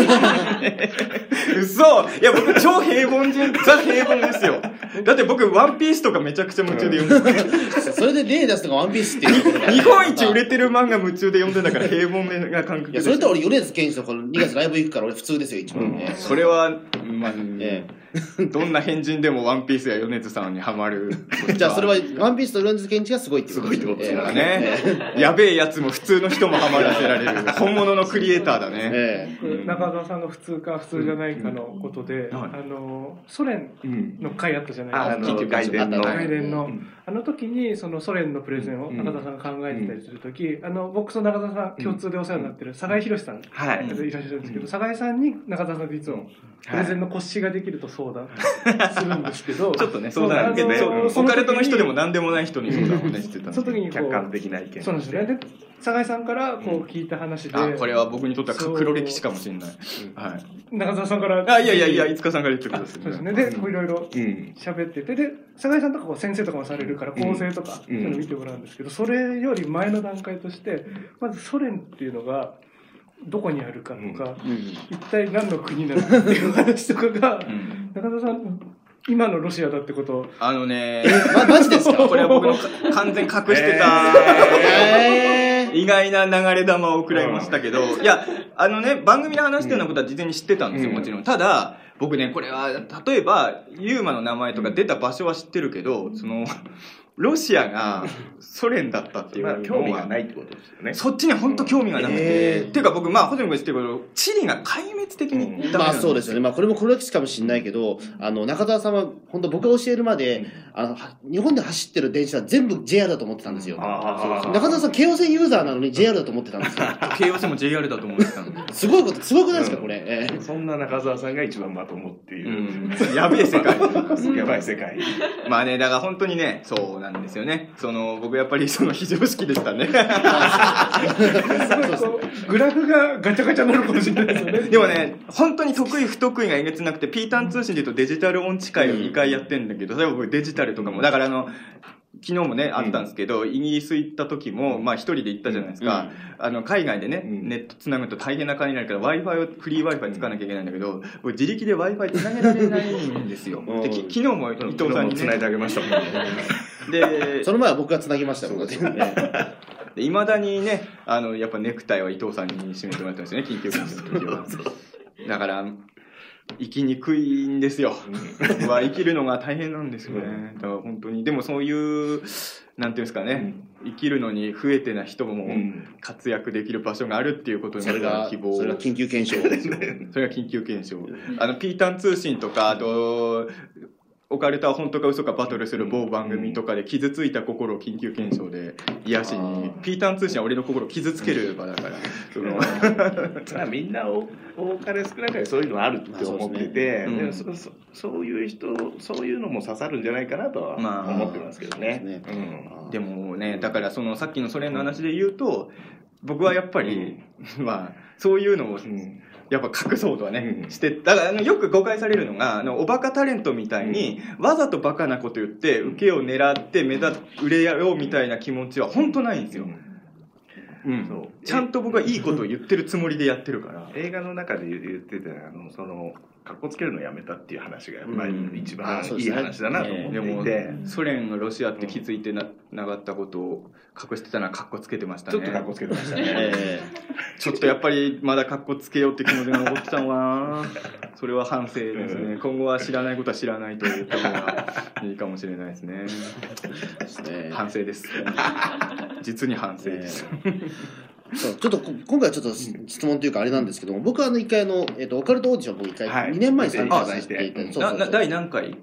嘘！いや、僕超平凡人、ザ平凡ですよ。だって僕、ワンピースとかめちゃくちゃ夢中で読んでる。 それで例出すのがワンピースっていう。 日本一売れてる漫画夢中で読んでたから平凡な感覚で。 いや、それと俺、米津玄師とこの2月ライブ行くから俺普通ですよ、一番ね。 それは、まあ、どんな変人でもワンピースや米津さんにハマる。 じゃあそれは、ワンピースと米津玄師がすごいってことですね。すごいってことだね。やべえやつも普通の人もハマらせられる。本物のクリエイターだね。 中澤さんが普通か普通じゃないかのことで、ソ連の会あったじゃないですか。外伝の。あの時にそのソ連のプレゼンを中澤さんが考えてたりする時、僕と中澤さん共通でお世話になってる酒井宏さんいらっしゃるんですけど、酒井さんに中澤さんといつもプレゼンの腰ができると相談するんですけど、 ちょっとね相談受けて、オカルトの人でも何でもない人に相談をねしてたんです。 その時に客観的な意見。 そうなんですよね。酒井さんからこう聞いた話で、 これは僕にとっては黒歴史かもしれない。はい。 中澤さんからいや五日さんから言ってください。 そうですね。でいろいろ喋ってて、で酒井さんとか先生とかもされるから構成とかそういうの見てもらうんですけど、それより前の段階としてまずソ連っていうのがどこにあるかとか、一体何の国なのかっていう話とかが、中澤さん今のロシアだってことマジですか？ これは僕の完全隠してた。 意意外な流れ玉を食らいましたけど、いや、番組で話してるようなことは事前に知ってたんですよ、もちろん。ただ、僕ね、これは、例えば、ユーマの名前とか出た場所は知ってるけど、ロシアがソ連だったっていうのは興味がないってことですよね。 そっちに本当興味がなくて、っていうか僕、穂積君知ってるけど、チリが壊滅的にダメなんですよ。 まあそうですよね。これも黒歴史かもしれないけど、中澤さんは本当僕が教えるまで、日本で走ってる電車は全部 JR だと思ってたんですよ。中澤さん、京王線ユーザーなのに JR だと思ってたんですよ。 京王線も JR だと思ってたの。 すごくないですか、これ。 そんな中澤さんが一番まともっていう。 やべえ世界。 やばい世界。 まあね、だから本当にね、そうなんですよね。僕やっぱり非常識でしたね。 グラフがガチャガチャになるかもしれないですよね。 でもね、本当に得意不得意がえげつなくて、ピータン通信で言うとデジタル音痴会を2回やってんだけど、例えば僕デジタルとかも、だから昨日もね、あったんですけど、イギリス行った時も、一人で行ったじゃないですか。海外でね、ネット繋ぐと大変な金になるから、フリー Wi-Fi 使わなきゃいけないんだけど、自力で Wi-Fi 繋げられないんですよ。で、昨日も伊藤さんにね。 繋いであげましたもんね。 で、その前は僕が繋ぎましたもんね。 いまだにね、やっぱネクタイは伊藤さんに締めてもらってますよね、緊急検査の時は。だから、生きにくいんですよ。生きるのが大変なんですよね。だから本当に。でもそういう、なんていうんですかね、生きるのに不得手な人も活躍できる場所があるっていうことに希望。 それが緊急検証ですよ。 それが緊急検証。ピータン通信とか、あと、オカルトは本当か嘘かバトルする某番組とかで傷ついた心を緊急検証で癒しに、ピータン通信は俺の心を傷つける場だから。 みんな多かれ少なかれそういうのあるって思ってて、そういう人、そういうのも刺さるんじゃないかなとは思ってますけどね。 でもね、だからさっきのソ連の話で言うと、僕はやっぱり、そういうのを、やっぱ隠そうとはね、して、だからよく誤解されるのが、おバカタレントみたいに、わざとバカなこと言って、受けを狙って売れようみたいな気持ちは本当ないんですよ。ちゃんと僕はいいことを言ってるつもりでやってるから。 映画の中で言ってたかっこつけるのやめたっていう話がやっぱり一番いい話だなと思っていて、 ソ連がロシアって気づいてなかったことを隠してたのはかっこつけてましたね。 ちょっとかっこつけてましたね。 ちょっとやっぱりまだかっこつけようって気持ちが残ってたのかな。それは反省ですね。今後は知らないことは知らないと言った方がいいかもしれないですね。反省です。実に反省です。 ちょっと今回はちょっと質問というかあれなんですけども、僕は一回オカルトオーディション僕2年前に参加させていただいて、 第何回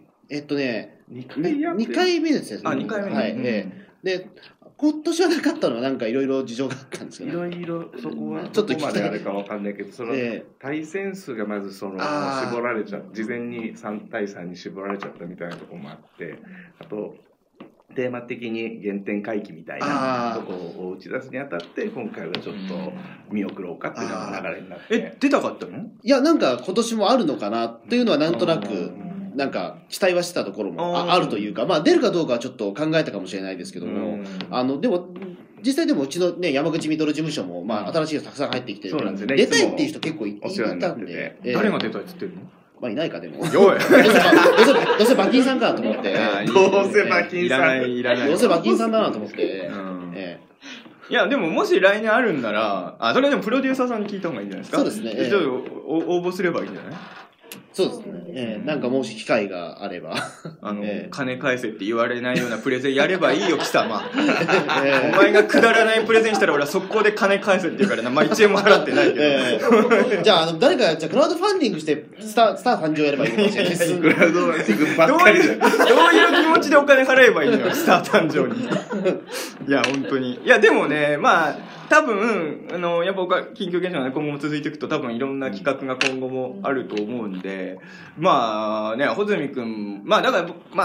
2回目ですね。 2回目。 はい。で、今年はなかったのはなんかいろいろ事情があったんですけど、 いろいろそこはちょっとまであれかわかんないけど、対戦数がまず絞られちゃう、事前に3対3に絞られちゃったみたいなところもあって、あとテーマ的に原点回帰みたいなところを打ち出すにあたって、今回はちょっと見送ろうかっていうのが流れになって。 出たかったの？ いや、なんか今年もあるのかなっていうのはなんとなく、なんか期待はしてたところもあるというか、出るかどうかはちょっと考えたかもしれないですけども、でも、実際でもうちのね、山口ミドル事務所も、新しい人たくさん入ってきて、出たいっていう人結構いたんで。 誰が出たいって言ってるの？ いないかでも。 おいどうせ馬琴さんかと思って。 どうせ馬琴さん。 いらない。 どうせ馬琴さんだなと思って。 いや、でももし来年あるんなら、それでもプロデューサーさんに聞いた方がいいんじゃないですか？ そうですね。 ちょっと応募すればいいんじゃない？ そうですね。なんかもし機会があれば。 金返せって言われないようなプレゼンやればいいよ、貴様。お前がくだらないプレゼンしたら俺は速攻で金返せって言うからな。1円も払ってないけど。じゃあ、誰か、クラウドファンディングしてスター誕生やればいいかもしれないです。 クラウドファンディングばっかりで。 どういう気持ちでお金払えばいいのよ、スター誕生に。いや、本当に。いや、でもね、多分、やっぱ僕は緊急現象が今後も続いていくと多分いろんな企画が今後もあると思うんで、穂積くん、だから、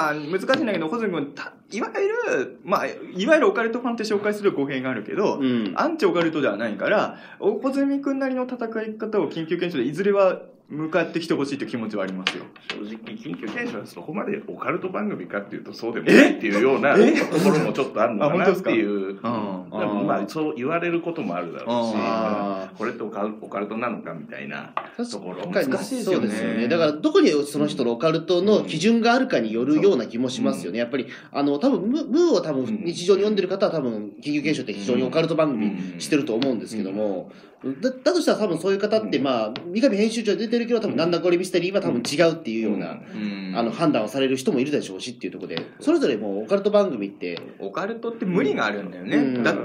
難しいんだけど、穂積くん、いわゆるオカルトファンって紹介する語弊があるけど、アンチオカルトではないから、穂積くんなりの戦い方を緊急検証でいずれは向かってきてほしいという気持ちはありますよ。 正直緊急検証はそこまでオカルト番組かっていうとそうでもないっていうようなところもちょっとあるのかなっていう。まあそう言われることもあるだろうし、これってオカルトなのかみたいなところ。 難しいですよね。だからどこにその人のオカルトの基準があるかによるような気もしますよね。やっぱり多分ムーを多分日常に読んでる方は多分緊急検証って非常にオカルト番組してると思うんですけども、だとしたら多分そういう方ってまあ三上編集長出てるけど多分なんだこれミステリーは多分違うっていうような判断をされる人もいるでしょうしっていうところで、それぞれもうオカルト番組ってオカルトって無理があるんだよね。だって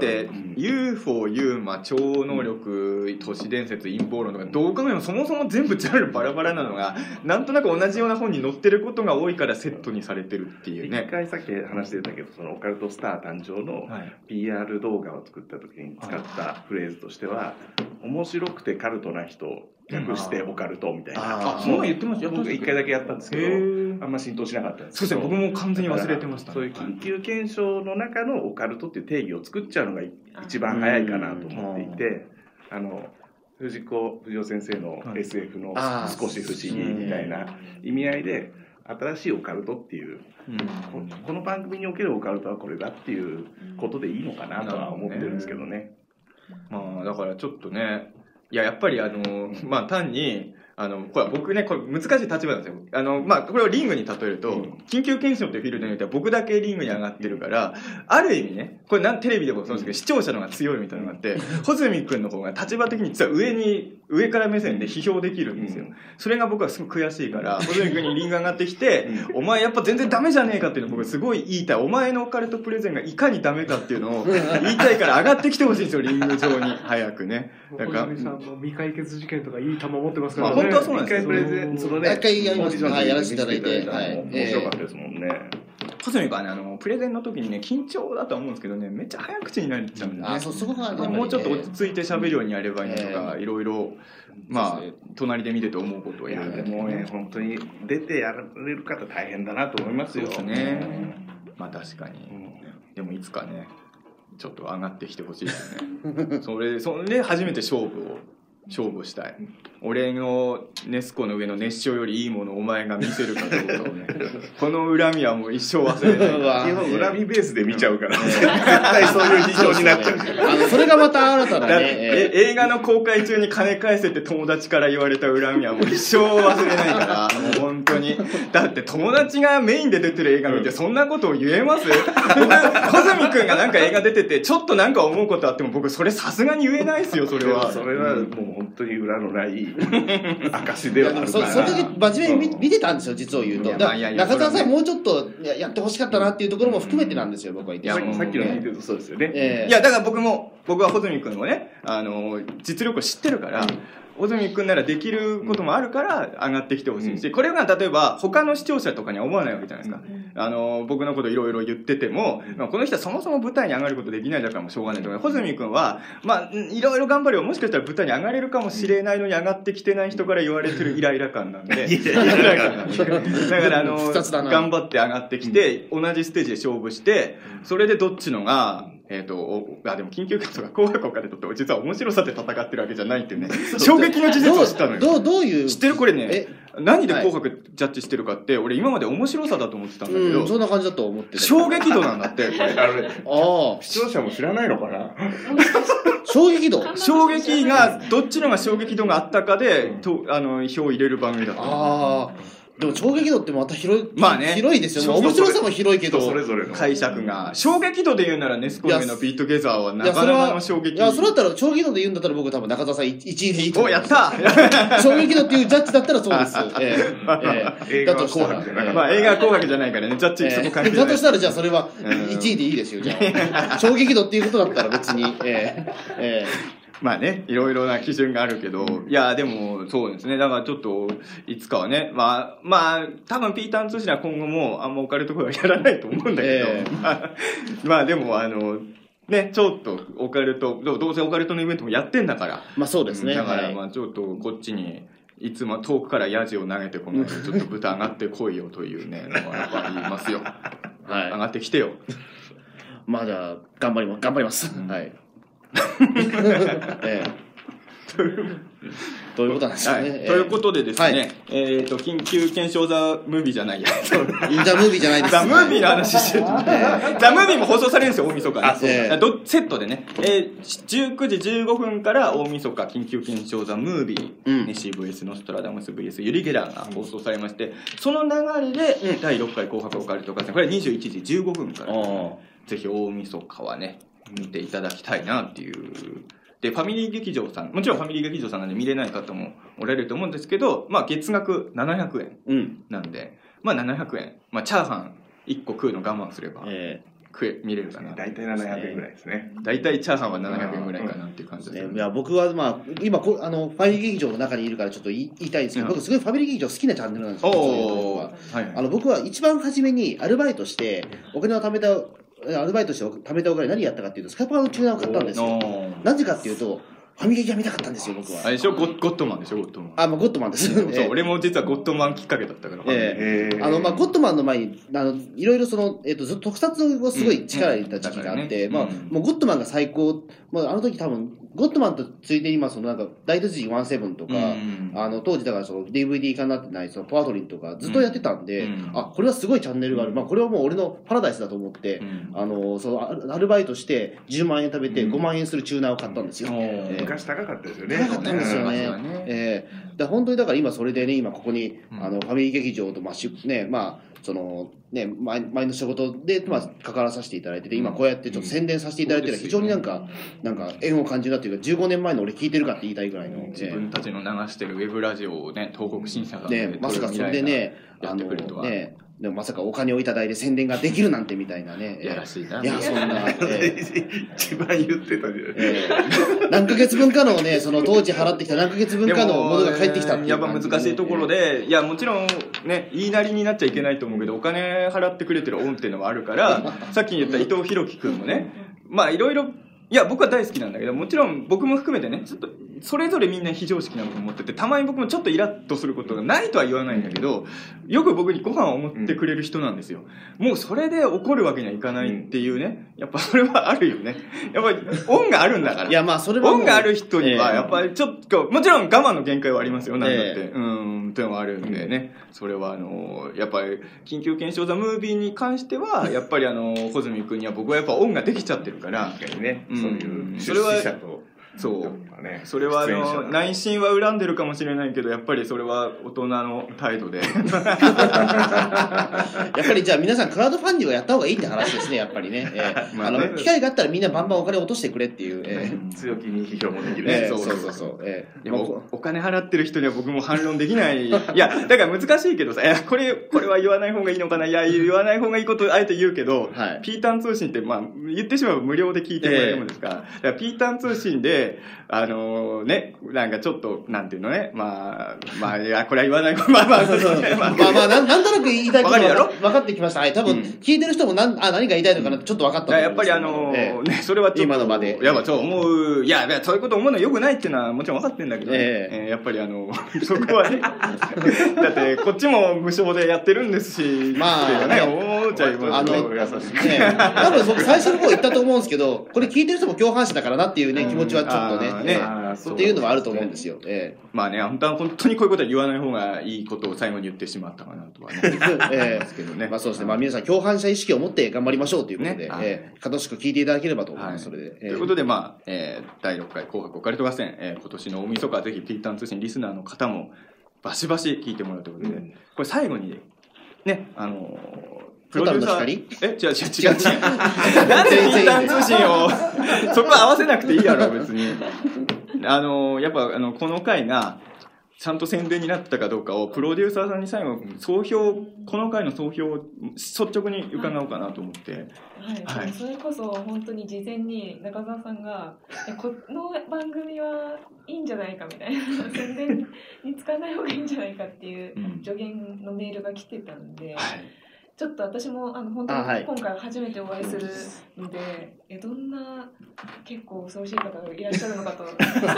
UFO、ユーマ、超能力、都市伝説、陰謀論とかどう考えてもそもそも全部ジャンルバラバラなのがなんとなく同じような本に載ってることが多いからセットにされてるっていうね。 一回さっき話してたけどそのオカルトスター誕生の PR 動画を作った時に使ったフレーズとしては面白くてカルトな人略してオカルトみたいな。 そんな言ってました。 僕一回だけやったんですけどあんま浸透しなかったんですけど。 そうですね、僕も完全に忘れてました。 そういう緊急検証の中のオカルトっていう定義を作っちゃうのが一番早いかなと思っていて、藤尾先生の SF の少し不思議みたいな意味合いで新しいオカルトっていう、この番組におけるオカルトはこれだっていうことでいいのかなとは思ってるんですけどね。 まあだからちょっとね、やっぱりまあ単にこれ僕ね、これ難しい立場なんですよ。まあこれをリングに例えると、緊急検証というフィールドにおいては僕だけリングに上がってるから、ある意味ね、これテレビでもそうですけど、視聴者の方が強いみたいなのがあって、穂積君の方が立場的に実は上から目線で批評できるんですよ。それが僕はすごく悔しいから、穂積君にリング上がってきて、お前やっぱ全然ダメじゃねえかっていうのを僕すごい言いたい。お前のオカルトプレゼンがいかにダメかっていうのを言いたいから上がってきてほしいんですよ、リング上に。早くね。 穂積さんの未解決事件とかいい球持ってますからね。 本当はそうなんですよ。 一回やりました。やらせていただいて。 面白かったですもんね。 穂積君はね、プレゼンの時にね、緊張だと思うんですけどね、めっちゃ早口になっちゃうんでね。 そこがもうちょっと落ち着いて喋るようにやればいいのとか、いろいろ、まあ、隣で見てて思うことをやる。 でもね、本当に出てやられる方大変だなと思いますよ。 そうですね。まあ確かに。でもいつかね、ちょっと上がってきてほしいですね。それで初めて勝負したい。俺のネスコの上の熱唱よりいいものをお前が見せるかどうかをね。この恨みはもう一生忘れない。 基本恨みベースで見ちゃうから、絶対そういう事情になっちゃう。 それがまた新たなね。 映画の公開中に金返せって友達から言われた恨みはもう一生忘れないから、もう本当に。だって友達がメインで出てる映画見てそんなことを言えます？穂積君がなんか映画出ててちょっとなんか思うことあっても僕それさすがに言えないですよ、それは。 それはもう本当に裏のない証ではあるから。 それだけ真面目に見てたんですよ、実を言うと。中澤さんもうちょっとやってほしかったなっていうところも含めてなんですよ、僕は言って。 さっきの聞いてるとそうですよね。 いやだから僕は穂積君のね、実力を知ってるから、穂積君ならできることもあるから上がってきてほしいし、これが例えば他の視聴者とかには思わないわけじゃないですか。僕のこといろいろ言ってても、この人はそもそも舞台に上がることできないだからもうしょうがないとか、穂積君は、まあ、いろいろ頑張ればもしかしたら舞台に上がれるかもしれないのに上がってきてない人から言われてるイライラ感なんで。だから頑張って上がってきて、同じステージで勝負して、それでどっちのが、でも緊急検証が紅白岡でとって実は面白さで戦ってるわけじゃないっていうね、衝撃の事実を知ったのよ。 どういう知ってる？これね、何で紅白ジャッジしてるかって、俺今まで面白さだと思ってたんだけど、 そんな感じだと思ってた。 衝撃度なんだって、これ。 視聴者も知らないのかな。 衝撃度が、どっちのが衝撃度があったかで、票を入れる番組だった。 でも衝撃度ってまた広い、 まあね、 広いですよね。面白さも広いけど、 それぞれの解釈が。衝撃度で言うならネスコのビートゲザーはなかなかの衝撃。 いや、それだったら衝撃度で言うんだったら僕多分中澤さん1位でいいと思う。 お、やった衝撃度っていうジャッジだったらそうです。 だとしたら。 まあ映画は紅白じゃないからね、ジャッジそこ関係ない。 だとしたらじゃあそれは1位でいいですよ、じゃあ。衝撃度っていうことだったら別に。 まあね、いろいろな基準があるけど、いや、でも、そうですね。だからちょっと、いつかはね、まあ、多分ピーターン通信は今後もあんまオカルト声はやらないと思うんだけど、まあでも、ね、ちょっとオカルト、どうせオカルトのイベントもやってんだから。 まあそうですね。 だから、まあちょっとこっちに、いつも遠くからヤジを投げてこないで、ちょっと豚上がってこいよというね、のはやっぱり言いますよ。はい。上がってきてよ。 まあじゃあ、頑張ります。はい。 どういうことなんですかね。 ということでですね、緊急検証ザ・ムービーじゃないや。 ザ・ムービーじゃないです。 ザ・ムービーの話してる。ザ・ムービーも放送されるんですよ、大晦日に。セットでね。19時15分から大晦日緊急検証ザ・ムービー、CVS ノストラダムス VS ユリ・ゲラーが放送されまして、その流れで第6回紅白オカルト合戦、これは21時15分から、ぜひ大晦日はね、見ていただきたいなっていう。で、ファミリー劇場さん、もちろんファミリー劇場さんなんで見れない方もおられると思うんですけど、まあ月額700円なんで、まあ700円、まあチャーハン1個食うの我慢すれば、見れるかな。 大体700円ぐらいですね。 大体チャーハンは700円ぐらいかなっていう感じですね。 いや、僕はまあ、今ファミリー劇場の中にいるからちょっと言いたいんですけど、僕すごいファミリー劇場好きなチャンネルなんですよ。僕は一番初めにアルバイトして、お金を貯めたお金何やったかっていうと、スカパーのチューナーを買ったんですよ。なぜかっていうと、ファミリーが見たかったんですよ、僕は。 あれでしょ、ゴッドマンでしょ、ゴッドマン。 まあ、ゴッドマンです。 そう、俺も実はゴッドマンきっかけだったから。 まあ、ゴッドマンの前に、いろいろずっと特撮をすごい力入れた時期があって、まあ、もうゴッドマンが最高、まあ、あの時多分、ゴッドマンとついでに今、大都市17とか、当時だからDVD 化になってない、パワートリンとかずっとやってたんで、これはすごいチャンネルがある。まあ、これはもう俺のパラダイスだと思って、アルバイトして10万円食べて5万円するチューナーを買ったんですよ。 昔高かったですよね。 高かったんですよね。本当にだから今それでね、今ここに、ファミリー劇場と、まあ、前の仕事で、まあ、関わらさせていただいてて、今こうやってちょっと宣伝させていただいてるのは非常になんか縁を感じるなっていうか、15年前の俺聞いてるかって言いたいぐらいの。 自分たちの流してるウェブラジオをね、東北新社さんで、まさかそれでね、でもまさかお金をいただいて宣伝ができるなんてみたいなね。 やらしいな。 いや、そんな。 一番言ってたじゃん。何ヶ月分かのね、当時払ってきた何ヶ月分かのものが返ってきたっていう。 やっぱ難しいところで、いや、もちろんね、言いなりになっちゃいけないと思うけど、お金払ってくれてる恩っていうのもあるから、さっき言った伊藤博樹くんもね、まあいろいろ、いや、僕は大好きなんだけど、もちろん僕も含めてね、ちょっと、それぞれみんな非常識なと思ってて、たまに僕もちょっとイラッとすることがないとは言わないんだけど、よく僕にご飯をおごってくれる人なんですよ。もうそれで怒るわけにはいかないっていうね、やっぱそれはあるよね。やっぱり恩があるんだから。 いや、まあそれは。 恩がある人には、やっぱりちょっと、もちろん我慢の限界はありますよ、なんだって。っていうのはあるんでね。それはやっぱり、緊急検証ザムービーに関しては、やっぱり穂積君には僕はやっぱ恩ができちゃってるから。 確かにね、そういう出資者と。 そう。それは内心は恨んでるかもしれないけど、やっぱりそれは大人の態度で。やっぱりじゃあ皆さんクラウドファンディングをやった方がいいって話ですね、やっぱりね。機会があったらみんなバンバンお金を落としてくれっていう。 強気に批評もできる。 そう。でもお金払ってる人には僕も反論できない。いや、だから難しいけどさ、これは言わない方がいいのかな。いや、言わない方がいいことをあえて言うけど、ピータン通信って、まあ、言ってしまえば無料で聞いてもらえるもんですから。だからピータン通信で、なんかちょっと、なんていうのね、まあ、いや、これは言わない方が、 なんとなく言いたいことが分かってきました。はい、多分、聞いてる人も何が言いたいのかなってちょっと分かったと思やっぱりね、それはちょっと、 今の場で。 やっぱそう思う、いや、そういうこと思うのは良くないっていうのはもちろん分かってんだけど、やっぱりそこはね、だってこっちも無償でやってるんですし、 まあ、 ね、思っちゃいます優しい。多分僕最初の方言ったと思うんですけど、これ聞いてる人も共犯者だからなっていうね、気持ちはちょっとね、っていうのはあると思うんですよ。 まあね、本当にこういうことは言わない方がいいことを最後に言ってしまったかなとはね。ですけどね。 まあそうですね。まあ皆さん共犯者意識を持って頑張りましょうということで、楽しく聞いていただければと思います。それで。 ということで、まあ、第6回紅白オカルト合戦、今年の大晦日はぜひピータン通信リスナーの方もバシバシ聞いてもらうということで、これ最後にね、 プロデューサー。 違う。なんでピータン通信を、そこ合わせなくていいやろ、別に。やっぱ、この回が、ちゃんと宣伝になったかどうかを、プロデューサーさんに最後、この回の総評を率直に伺おうかなと思って。 はい。それこそ、本当に事前に中澤さんが、この番組はいいんじゃないかみたいな、宣伝に使わない方がいいんじゃないかっていう助言のメールが来てたんで、ちょっと私も本当に今回初めてお会いするので、どんな結構恐ろしい方がいらっしゃるのかと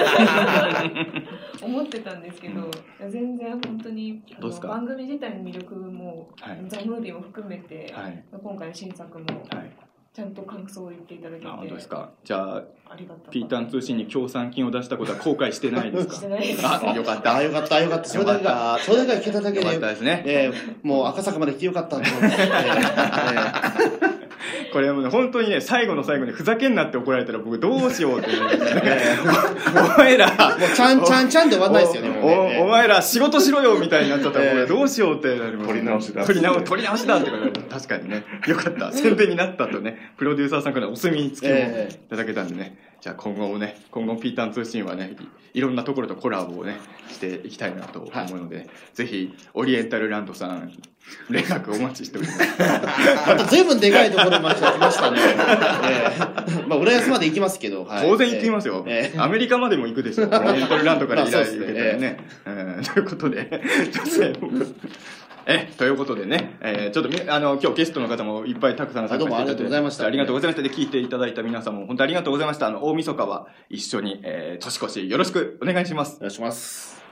思ってたんですけど、全然本当に番組自体の魅力も、ザ・ムービーも含めて、今回の新作もちゃんと感想を言っていただけて。 本当ですか。じゃあピータン通信に協賛金を出したことは後悔してないですか？ してないです。 よかった。 よかった。それだけが聞けただけで。 よかったですね。 もう赤坂まで来てよかったと思って。 これもね、本当にね、最後の最後にふざけんなって怒られたら僕どうしようって思いますね。お前ら、 もうちゃんで終わんないですよね。 お前ら仕事しろよみたいになっちゃったら、これどうしようってなります。 取り直しだって言われる。確かにね。よかった。宣伝になったとね、プロデューサーさんからお墨付きもいただけたんでね。じゃあ今後ピータン通信はね、いろんなところとコラボをね、していきたいなと思うので、ぜひ、オリエンタルランドさん、連絡お待ちしております。 また随分でかいところまで来ましたね。まあ、浦安まで行きますけど。 当然行ってみますよ。アメリカまでも行くでしょ。オリエンタルランドから依頼受けたらね。ということで、ということでね、ちょっと今日ゲストの方もいっぱいたくさん参加していただいて、 どうもありがとうございました。 ありがとうございました。で、聞いていただいた皆さんも本当にありがとうございました。大晦日は一緒に、年越しよろしくお願いします。 お願いします。